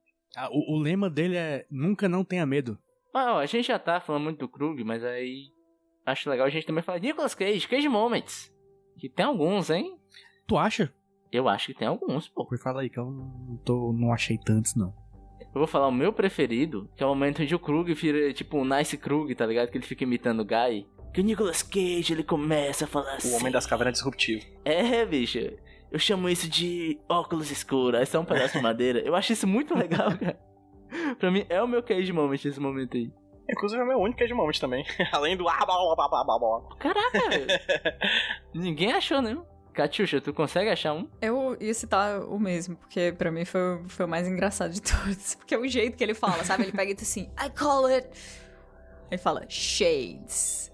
O lema dele é nunca não tenha medo. A gente já tá falando muito do Krug, mas aí acho legal a gente também falar de Nicolas Cage Moments. Que tem alguns, hein? Tu acha? Eu acho que tem alguns, pô. Fala aí que eu não achei tantos, não. Eu vou falar o meu preferido, que é o momento onde o Krug vira tipo um Nice Krug, tá ligado? Que ele fica imitando o Guy. Que o Nicolas Cage, ele começa a falar assim... O Homem das Cavernas disruptivo. Bicho. Eu chamo isso de óculos escuros. Aí só um pedaço de madeira. Eu acho isso muito legal, cara. Pra mim, é o meu Cage Moment esse momento aí. Inclusive, é o meu único Cage Moment também. Além do... Caraca, velho. Ninguém achou, né? Catiuxa, tu consegue achar um? Eu ia citar o mesmo, porque pra mim foi o mais engraçado de todos. Porque é o jeito que ele fala, sabe? Ele pega e diz assim, I call it... Ele fala, shades.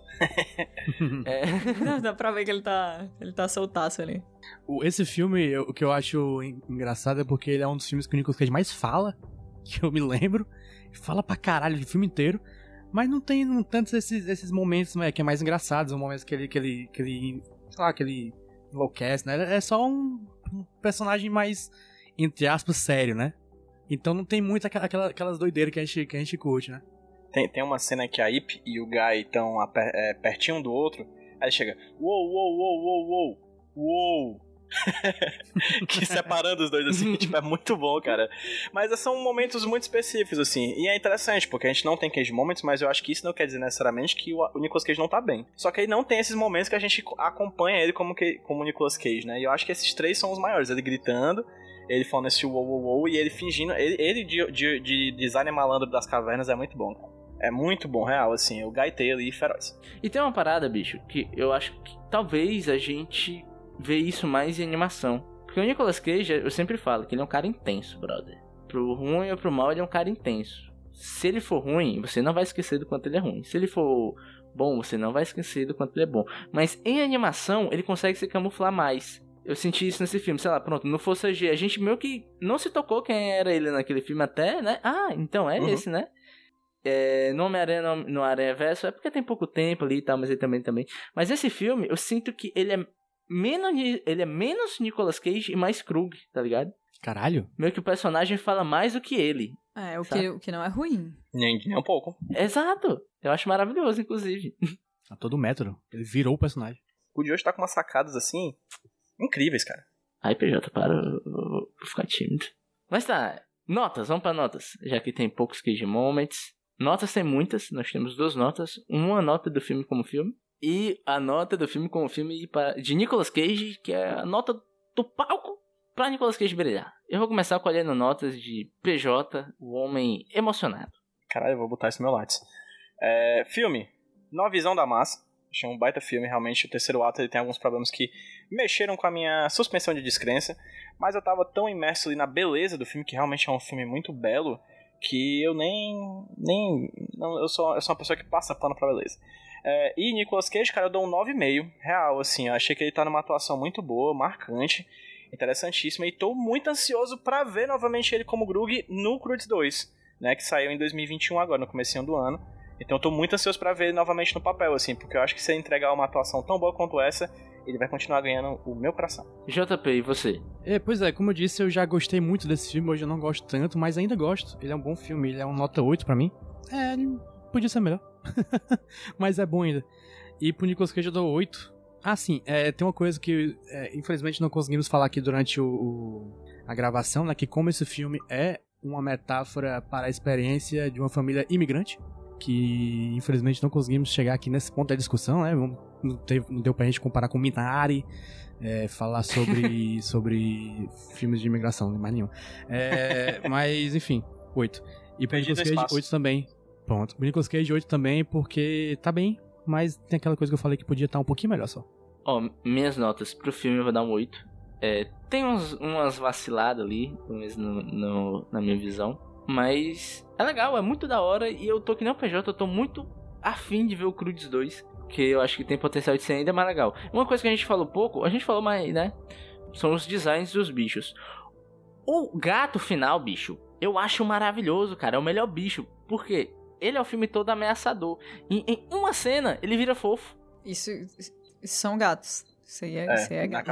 Dá pra ver que ele tá soltaço ali. Esse filme, o que eu acho engraçado é porque ele é um dos filmes que o Nicolas Cage mais fala, que eu me lembro. Fala pra caralho o filme inteiro. Mas não tem tantos esses momentos, né, que é mais engraçados, os momentos que ele sei lá, que ele enlouquece, né? É só um personagem mais, entre aspas, sério, né? Então não tem muito aquelas doideiras que a gente curte, né? Tem uma cena que a Ip e o Guy estão pertinho um do outro. Aí chega, uou, uou, uou, uou, uou, uou. Que separando os dois, assim, tipo, é muito bom, cara. Mas são momentos muito específicos, assim. E é interessante, porque a gente não tem Cage Moments, mas eu acho que isso não quer dizer necessariamente que o Nicolas Cage não tá bem. Só que aí não tem esses momentos que a gente acompanha ele como o Nicolas Cage, né? E eu acho que esses 3 são os maiores. Ele gritando, ele falando esse wow, e ele fingindo... Ele de design malandro das cavernas é muito bom, cara. É muito bom, real, assim. O gaiteiro ali, feroz. E tem uma parada, bicho, que eu acho que talvez a gente vê isso mais em animação. Porque o Nicolas Cage, eu sempre falo que ele é um cara intenso, brother. Pro ruim ou pro mal, ele é um cara intenso. Se ele for ruim, você não vai esquecer do quanto ele é ruim. Se ele for bom, você não vai esquecer do quanto ele é bom. Mas em animação, ele consegue se camuflar mais. Eu senti isso nesse filme, sei lá, pronto, no Força G, a gente meio que não se tocou quem era ele naquele filme até, né? Ah, então é esse, né? No Homem-Aranha, no Aranha Verso, é porque tem pouco tempo ali e tal, mas ele também. Mas esse filme, eu sinto que ele é menos Nicolas Cage e mais Krug, tá ligado? Caralho. Meio que o personagem fala mais do que ele. O que não é ruim. Nem um pouco. Exato. Eu acho maravilhoso, inclusive. A todo método. Ele virou o personagem. O de hoje tá com umas sacadas, assim, incríveis, cara. Ai, PJ, para. Vou ficar tímido. Mas tá. Notas, vamos pra notas. Já que tem poucos Cage Moments. Notas tem muitas. Nós temos 2 notas. Uma nota do filme como filme. E a nota do filme como filme de Nicolas Cage, que é a nota do palco pra Nicolas Cage brilhar. Eu vou começar colhendo notas de PJ, o homem emocionado. Caralho, eu vou botar isso no meu lápis. Filme, Nova Visão da Massa. Achei um baita filme, realmente. O terceiro ato ele tem alguns problemas que mexeram com a minha suspensão de descrença. Mas eu tava tão imerso ali na beleza do filme, que realmente é um filme muito belo, que eu eu sou uma pessoa que passa pano pra beleza. E Nicolas Cage, cara, eu dou um 9,5 real, assim. Eu achei que ele tá numa atuação muito boa, marcante, interessantíssima. E tô muito ansioso pra ver novamente ele como Grug no Croods 2, né? Que saiu em 2021 agora, no comecinho do ano. Então eu tô muito ansioso pra ver ele novamente no papel, assim. Porque eu acho que se ele entregar uma atuação tão boa quanto essa, ele vai continuar ganhando o meu coração. JP, e você? Pois é, como eu disse, eu já gostei muito desse filme. Hoje eu não gosto tanto, mas ainda gosto. Ele é um bom filme, ele é um nota 8 pra mim. Ele podia ser melhor. Mas é bom ainda. E pro Nicolas Cage eu dou 8. Ah, sim, tem uma coisa que infelizmente não conseguimos falar aqui durante a gravação, né? Que como esse filme é uma metáfora para a experiência de uma família imigrante, que infelizmente não conseguimos chegar aqui nesse ponto da discussão, né? Não deu pra gente comparar com Minari, falar sobre filmes de imigração, mais nenhum. Mas, enfim, 8. E pro Nicolas Cage, 8 também. Pronto. O Nicolas Cage 8 também, porque tá bem, mas tem aquela coisa que eu falei que podia estar um pouquinho melhor só. Minhas notas pro filme eu vou dar um 8. Tem umas vaciladas ali, pelo menos na minha visão. Mas é legal, é muito da hora. E eu tô que nem o PJ, eu tô muito afim de ver o Croods 2, que eu acho que tem potencial de ser ainda mais legal. Uma coisa que a gente falou pouco, a gente falou mais, né? São os designs dos bichos. O gato final, bicho, eu acho maravilhoso, cara. É o melhor bicho. Por quê? Ele é o filme todo ameaçador. E em uma cena, ele vira fofo. Isso são gatos. Isso aí é gato.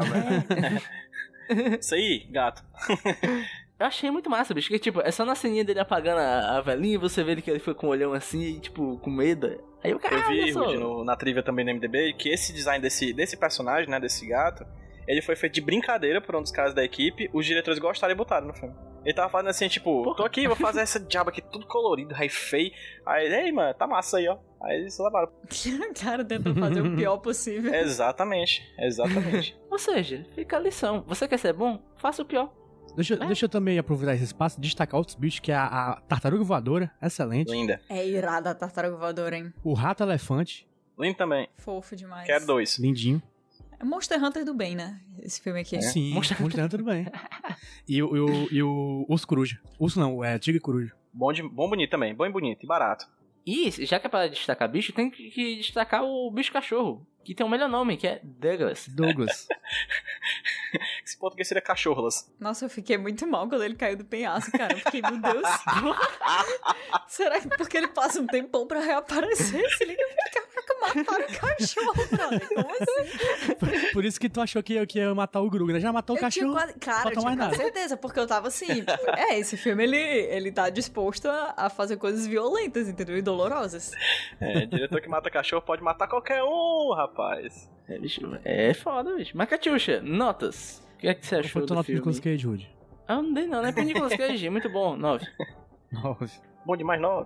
Isso aí, gato. Eu achei muito massa, bicho. Que, tipo, é só na ceninha dele apagando a velhinha, você vê que ele foi com o olhão assim, tipo, com medo. Aí eu vi, Rudy, na trivia também no MDB, que esse design desse personagem, né, desse gato, ele foi feito de brincadeira por um dos caras da equipe. Os diretores gostaram e botaram no filme. Ele tava falando assim, tipo, tô aqui, vou fazer essa diaba aqui tudo colorido, aí feio. Aí, ei, mano, tá massa aí, ó. Aí eles levaram. O cara tenta fazer o pior possível. Exatamente. Ou seja, fica a lição. Você quer ser bom? Faça o pior. Deixa eu também aproveitar esse espaço e destacar outros bichos, que é a tartaruga voadora, excelente. Linda. É irada a tartaruga voadora, hein? O rato elefante. Lindo também. Fofo demais. Quero 2. Lindinho. É Monster Hunter do bem, né? Esse filme aqui. Sim, Monster Hunter do bem. E o urso coruja. Urso não, tigre coruja. Bom bonito também. Bom e bonito. E barato. E já que é pra destacar bicho, tem que destacar o bicho cachorro, que tem o melhor nome, que é Douglas. Esse português seria cachorros. Nossa, eu fiquei muito mal quando ele caiu do penhasco, cara. Eu fiquei, meu Deus. Será que porque ele passa um tempão pra reaparecer? Se liga, caraca, Mataram o cachorro, brother. Como assim? Por isso que tu achou que eu ia matar o Grug, né? Já matou o cachorro. Cara, eu tinha quase certeza, porque eu tava assim. Esse filme ele tá disposto a fazer coisas violentas, entendeu? E dolorosas. Diretor que mata cachorro pode matar qualquer um, rapaz. É foda, bicho. Mas, Catiuxa, notas. O que é que você achou do filme? Nicolas Cage, Rude? Eu não dei não é pro Nicolas Cage. Muito bom, 9. 9. Bom demais, 9.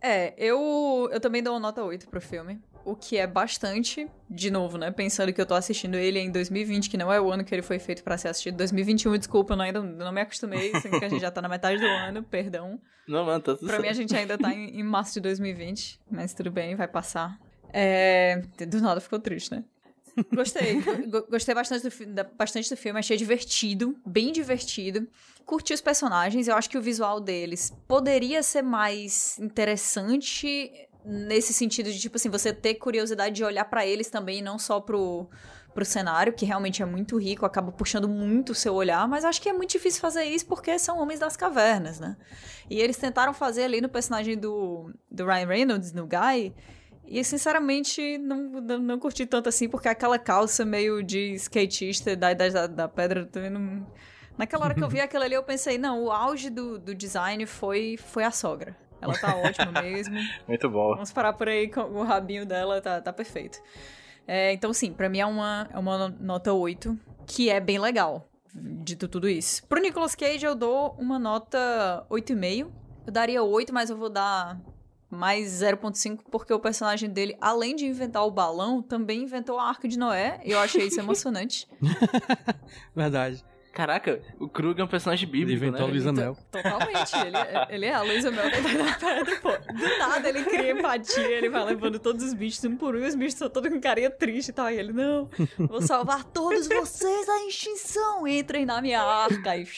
Eu também dou uma nota 8 pro filme. O que é bastante, de novo, né? Pensando que eu tô assistindo ele em 2020, que não é o ano que ele foi feito pra ser assistido. 2021, desculpa, eu ainda não me acostumei, sendo que a gente já tá na metade do ano, perdão. Não, mano, tá tudo Pra mim, a gente ainda tá em março de 2020, mas tudo bem, vai passar. Do nada ficou triste, né? Gostei bastante do filme, achei divertido, bem divertido. Curti os personagens, eu acho que o visual deles poderia ser mais interessante nesse sentido de, tipo assim, você ter curiosidade de olhar pra eles também, não só pro cenário, que realmente é muito rico, acaba puxando muito o seu olhar, mas acho que é muito difícil fazer isso porque são homens das cavernas, né? E eles tentaram fazer ali no personagem do Ryan Reynolds, no Guy, e sinceramente não curti tanto assim, porque aquela calça meio de skatista da Idade da Pedra também não... Naquela hora que eu vi aquilo ali, eu pensei, não, o auge do design foi a sogra. Ela tá ótima mesmo. Muito bom. Vamos parar por aí com o rabinho dela, tá perfeito. Então, sim, pra mim é uma nota 8, que é bem legal, dito tudo isso. Pro Nicolas Cage, eu dou uma nota 8,5. Eu daria 8, mas eu vou dar mais 0,5, porque o personagem dele, além de inventar o balão, também inventou a Arca de Noé, e eu achei isso emocionante. Verdade. Caraca, o Krug é um personagem bíblico, ele inventou né? a Luísa Mel. Totalmente, ele é a Luísa Mel da Idade da Pedra, pô. Do nada ele cria empatia, ele vai levando todos os bichos um por um, e os bichos são todos com carinha triste e tal, e ele, não, vou salvar todos vocês da extinção, entrem na minha arca, e...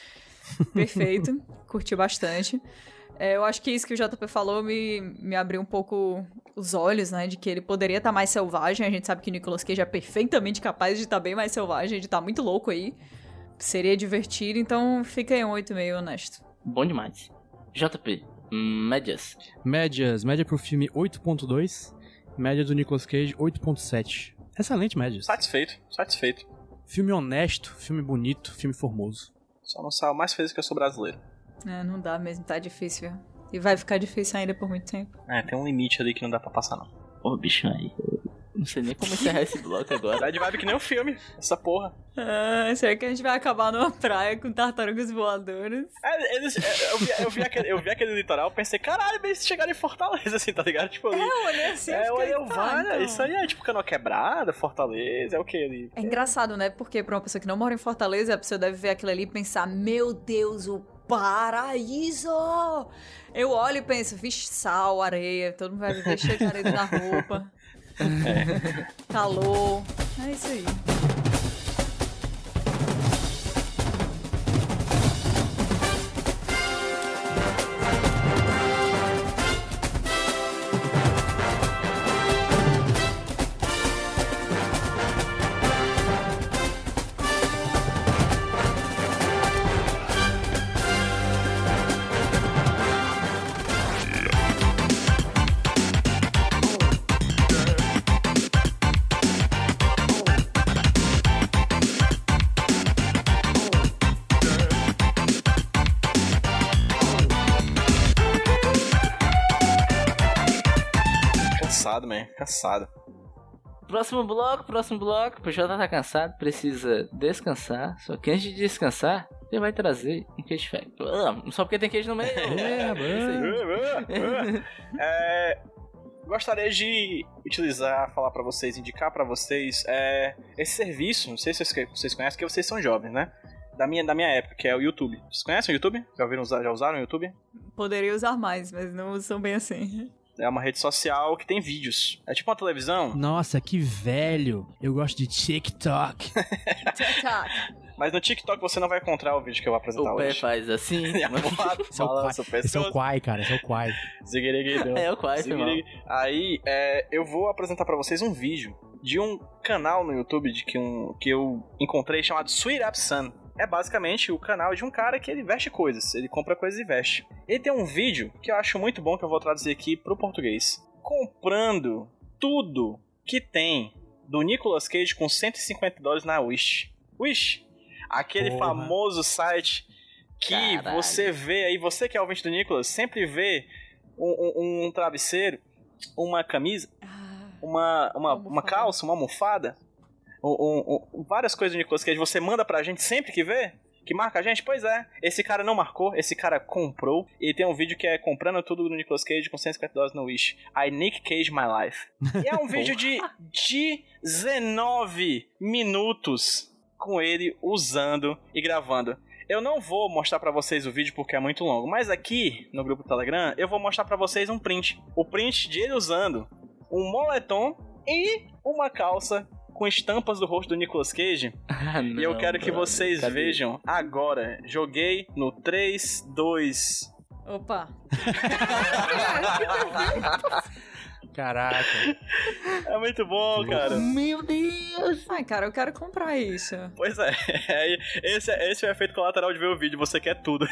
Perfeito, curti bastante. Eu acho que isso que o JP falou me abriu um pouco os olhos, né, de que ele poderia estar mais selvagem. A gente sabe que o Nicolas Cage é perfeitamente capaz de estar bem mais selvagem, de estar muito louco aí. Seria divertido, então fica aí um 8,5 honesto. Bom demais. JP, médias. Média pro filme 8,2. Média do Nicolas Cage 8,7. Excelente média. Satisfeito. Filme honesto, filme bonito, filme formoso. Só não saiu mais feliz que eu sou brasileiro. Não dá mesmo, tá difícil, viu? E vai ficar difícil ainda por muito tempo. Tem um limite ali que não dá pra passar, não. Ô, bicho, aí... Não sei nem como encerrar esse bloco agora. Tá de vibe que nem um filme, essa porra. Será que a gente vai acabar numa praia com tartarugas voadoras? Eu vi aquele litoral, pensei, caralho, eles chegaram em Fortaleza, assim, tá ligado? Tipo, ali. Eu olhei assim, então. Isso aí é tipo Canoa Quebrada, Fortaleza, é o que ali? É engraçado, né? Porque pra uma pessoa que não mora em Fortaleza, a pessoa deve ver aquilo ali e pensar, meu Deus, o paraíso! Eu olho e penso, vixe, sal, areia, todo mundo vai viver cheio de areia na roupa. Calor, é isso aí. Cansado. Próximo bloco. O PJ tá cansado, precisa descansar. Só que antes de descansar, ele vai trazer um queijo fact. Só porque tem queijo no meio. Gostaria de falar pra vocês, indicar pra vocês esse serviço, não sei se vocês conhecem, porque vocês são jovens, né? Da minha época, que é o YouTube. Vocês conhecem o YouTube? Já usaram o YouTube? Poderia usar mais, mas não usam bem assim. É uma rede social que tem vídeos. É tipo uma televisão. Nossa, que velho. Eu gosto de TikTok. TikTok. Mas no TikTok você não vai encontrar o vídeo que eu vou apresentar hoje. O pé faz assim. Esse é o Quai, cara. Esse é o Quai. É o Quai, filho. Aí, eu vou apresentar pra vocês um vídeo de um canal no YouTube que eu encontrei chamado Sweet Up Sun. É basicamente o canal de um cara que ele veste coisas. Ele compra coisas e veste. Ele tem um vídeo que eu acho muito bom, que eu vou traduzir aqui pro português. Comprando tudo que tem do Nicolas Cage com $150 na Wish. Wish, aquele famoso site que você vê aí, você que é ouvinte do Nicolas, sempre vê um travesseiro, uma camisa, uma calça, uma almofada, várias coisas do Nicolas Cage, você manda pra gente sempre que vê? Que marca a gente? Pois é, esse cara não marcou, esse cara comprou. E tem um vídeo que é comprando tudo do Nicolas Cage com $150 no Wish. I Nick Cage My Life. E é um vídeo de 19 minutos com ele usando e gravando. Eu não vou mostrar pra vocês o vídeo porque é muito longo, mas aqui no grupo do Telegram eu vou mostrar pra vocês um print. O print de ele usando um moletom e uma calça com estampas do rosto do Nicolas Cage. Não, e eu quero que vocês vejam agora. Joguei no 3, 2... Opa! Caraca. É muito bom, cara. Meu Deus! Ai, cara, eu quero comprar isso. Pois é. Esse é o efeito colateral de ver o vídeo. Você quer tudo.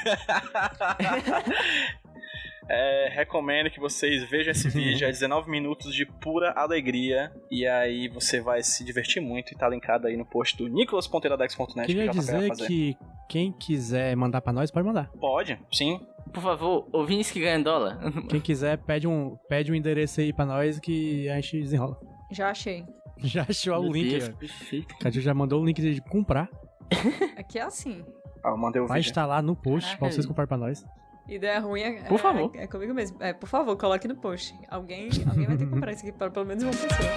Recomendo que vocês vejam esse vídeo. É 19 minutos de pura alegria. E aí você vai se divertir muito. E tá linkado aí no post do nicolas.iradex.net. Queria dizer que quem quiser mandar pra nós, pode mandar. Pode, sim. Por favor, ouvintes que ganham dólar. Quem quiser, pede um endereço aí pra nós que a gente desenrola. Já achei. Já achou o link. Deus, perfeito. Cadu já mandou o link de comprar. Aqui é assim. Eu mandei o Vai vídeo. estar lá no post. Caraca, pra vocês comprarem pra nós. Ideia ruim Por favor. É comigo mesmo. Por favor, coloque no post. Alguém vai ter que comprar isso aqui para pelo menos uma pessoa.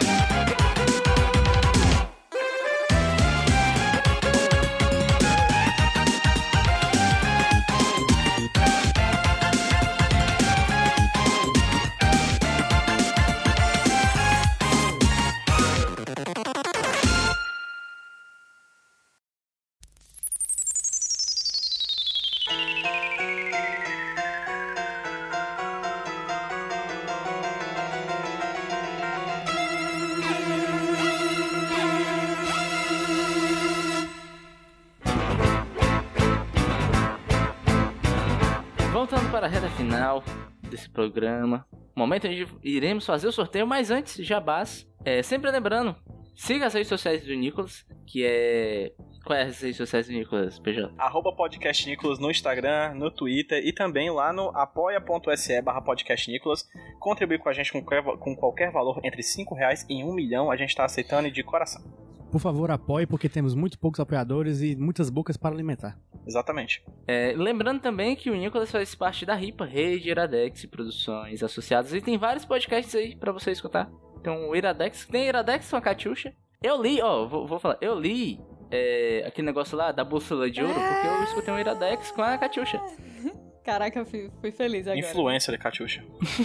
Voltando para a reta final desse programa, momento onde iremos fazer o sorteio, mas antes, jabás. Sempre lembrando, siga as redes sociais do Nicolas, que é... Qual é as redes sociais do Nicolas, PJ? @podcastnicolas no Instagram, no Twitter e também lá no apoia.se/podcastnicolas. Contribuir com a gente com qualquer valor entre R$5 e R$1 milhão, a gente tá aceitando de coração. Por favor, apoie, porque temos muito poucos apoiadores e muitas bocas para alimentar. Exatamente. Lembrando também que o Nicolas faz parte da RIPA, Rede Iradex Produções Associadas, e tem vários podcasts aí pra você escutar. Então, o Iradex, tem Iradex com a Catiuxa. Eu li, vou falar, eu li aquele negócio lá da bússola de ouro, porque eu escutei um Iradex com a Catiuxa. Caraca, eu fui feliz agora. Influência da Catiuxa.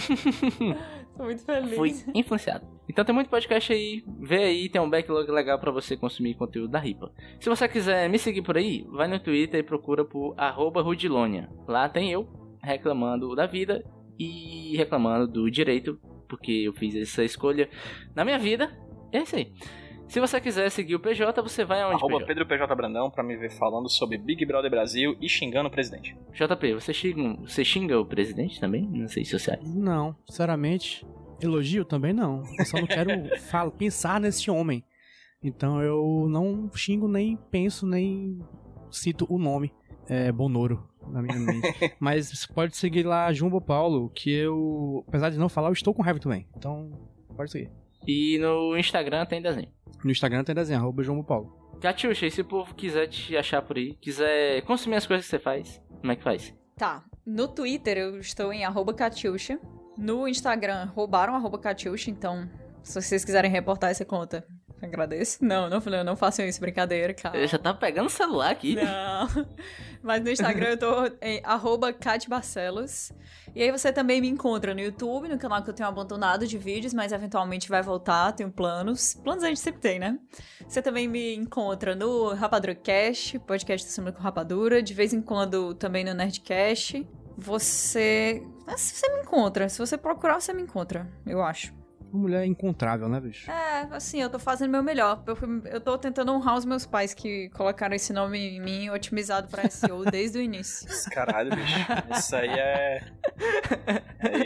Tô muito feliz. Fui influenciado. Então tem muito podcast aí, vê aí, tem um backlog legal pra você consumir conteúdo da RIPA. Se você quiser me seguir por aí, vai no Twitter e procura por @Rudilonia. Lá tem eu reclamando da vida e reclamando do direito, porque eu fiz essa escolha na minha vida. É isso aí. Se você quiser seguir o PJ, você vai aonde, PJ? Pedro PJ Brandão, pra me ver falando sobre Big Brother Brasil e xingando o presidente. JP, você xinga o presidente também nas redes sociais? Não, sinceramente, elogio também não. Eu só não quero pensar nesse homem. Então eu não xingo, nem penso, nem cito o nome. Bonoro, na minha mente. Mas pode seguir lá Jumbo Paulo, que eu, apesar de não falar, eu estou com raiva também. Então, pode seguir. E no Instagram tem desenho. No Instagram tem desenho, @João Paulo. Catiuxa, e se o povo quiser te achar por aí, quiser consumir as coisas que você faz, como é que faz? Tá, no Twitter eu estou em @Catiuxa. No Instagram roubaram @Catiuxa, então se vocês quiserem reportar essa conta, agradeço. Não façam isso, brincadeira, cara. Eu já tava pegando o celular aqui. Não, mas no Instagram eu tô em @CatBarcelos. E aí você também me encontra no YouTube, no canal que eu tenho abandonado de vídeos, mas eventualmente vai voltar, tenho planos. Planos a gente sempre tem, né? Você também me encontra no RapaduraCast, podcast do Semana com Rapadura, de vez em quando também no Nerdcast. Você me encontra, se você procurar você me encontra, eu acho. Uma mulher incontrável, né, bicho? Assim, eu tô fazendo meu melhor. Eu tô tentando honrar os meus pais que colocaram esse nome em mim, otimizado pra SEO desde o início. Caralho, bicho. Isso aí é...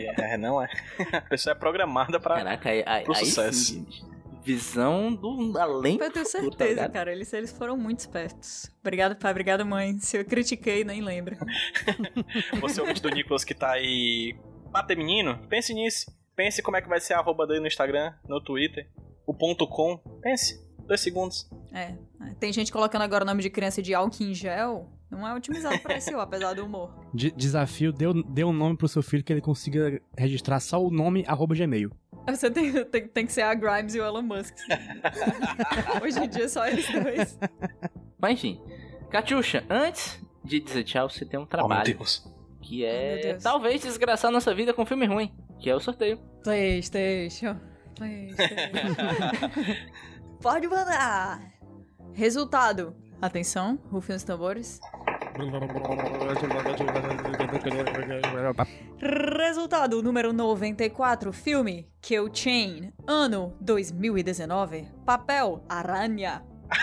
não é. A pessoa é programada pra Caraca, pro aí sucesso. sim, visão do além Eu tenho do futuro, tá certeza, ligado? cara. Eles foram muito espertos. Obrigado, pai. Obrigada, mãe. Se eu critiquei, nem lembro. Você ouvinte do Nicolas que tá aí bater menino, pense nisso. Pense como é que vai ser a arroba dele no Instagram, no Twitter, o .com. Pense, 2 segundos. Tem gente colocando agora o nome de criança de álcool em gel. Não é otimizado pra SEO, apesar do humor. Desafio, dê um nome pro seu filho que ele consiga registrar só o nome @gmail. Você tem que ser a Grimes e o Elon Musk. Hoje em dia só eles dois. Mas enfim, Catiuxa, antes de dizer tchau, você tem um Oh, meu trabalho. Deus. Que meu é Deus. talvez desgraçar nossa vida com um filme ruim, que é o sorteio. PlayStation. Pode mandar. Resultado. Atenção, rufem os tambores. Resultado número 94, filme Kill Chain, ano 2019. Papel, Aranha.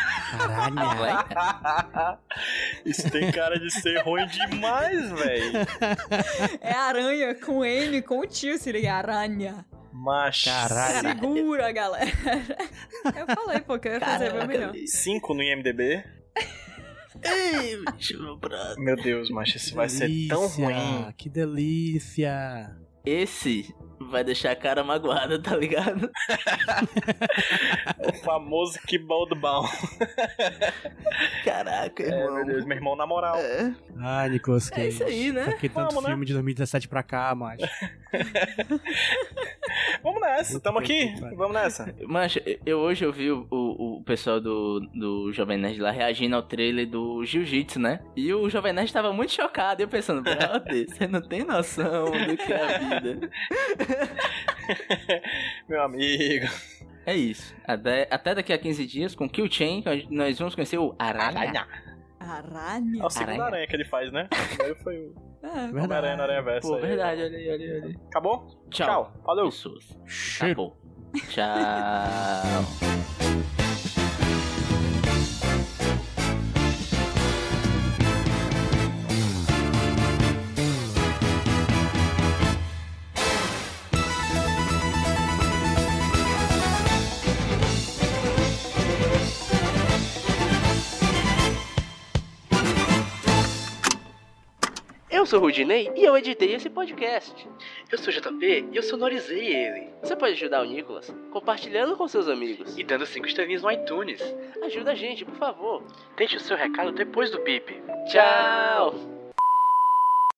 Caralho. Isso tem cara de ser ruim demais, velho. É aranha com M, com o tio, se liga, Aranha. Macho. Caralho. Segura, galera. Eu falei, pô, que eu ia fazer meu melhor. 5 no IMDB. Ei, bicho, meu braço. Meu Deus, macho, isso vai ser tão ruim. Que delícia. Esse vai deixar a cara magoada, tá ligado? O famoso que baldo bom. Caraca, É, irmão. meu Deus, meu irmão, na moral. É. Ai, Nicolas Cage. É isso aí, né? Pra que tanto Vamos, né? filme de 2017 pra cá, macho? Vamos nessa, tamo aqui. Puta que pariu. Vamos nessa. Mancha, hoje eu vi o pessoal do Jovem Nerd lá reagindo ao trailer do Jiu-Jitsu, né? E o Jovem Nerd tava muito chocado. E eu pensando, brother, você não tem noção do que é a vida. Meu amigo. É isso. Até daqui a 15 dias, com Kill Chain, nós vamos conhecer o Aranha. Aranha? É o segundo Aranha. aranha que ele faz, né? O primeiro foi o Homem-Aranha no Aranha Verso. Pô, verdade, olha aí. Acabou? Tchau. Falou. Pessoas. Cheiro. Acabou. Tchau. Eu sou o Rudinei e eu editei esse podcast. Eu sou o JP e eu sonorizei ele. Você pode ajudar o Nicolas compartilhando com seus amigos e dando 5 estrelinhas no iTunes. Ajuda a gente, por favor. Deixe o seu recado depois do bip. Tchau!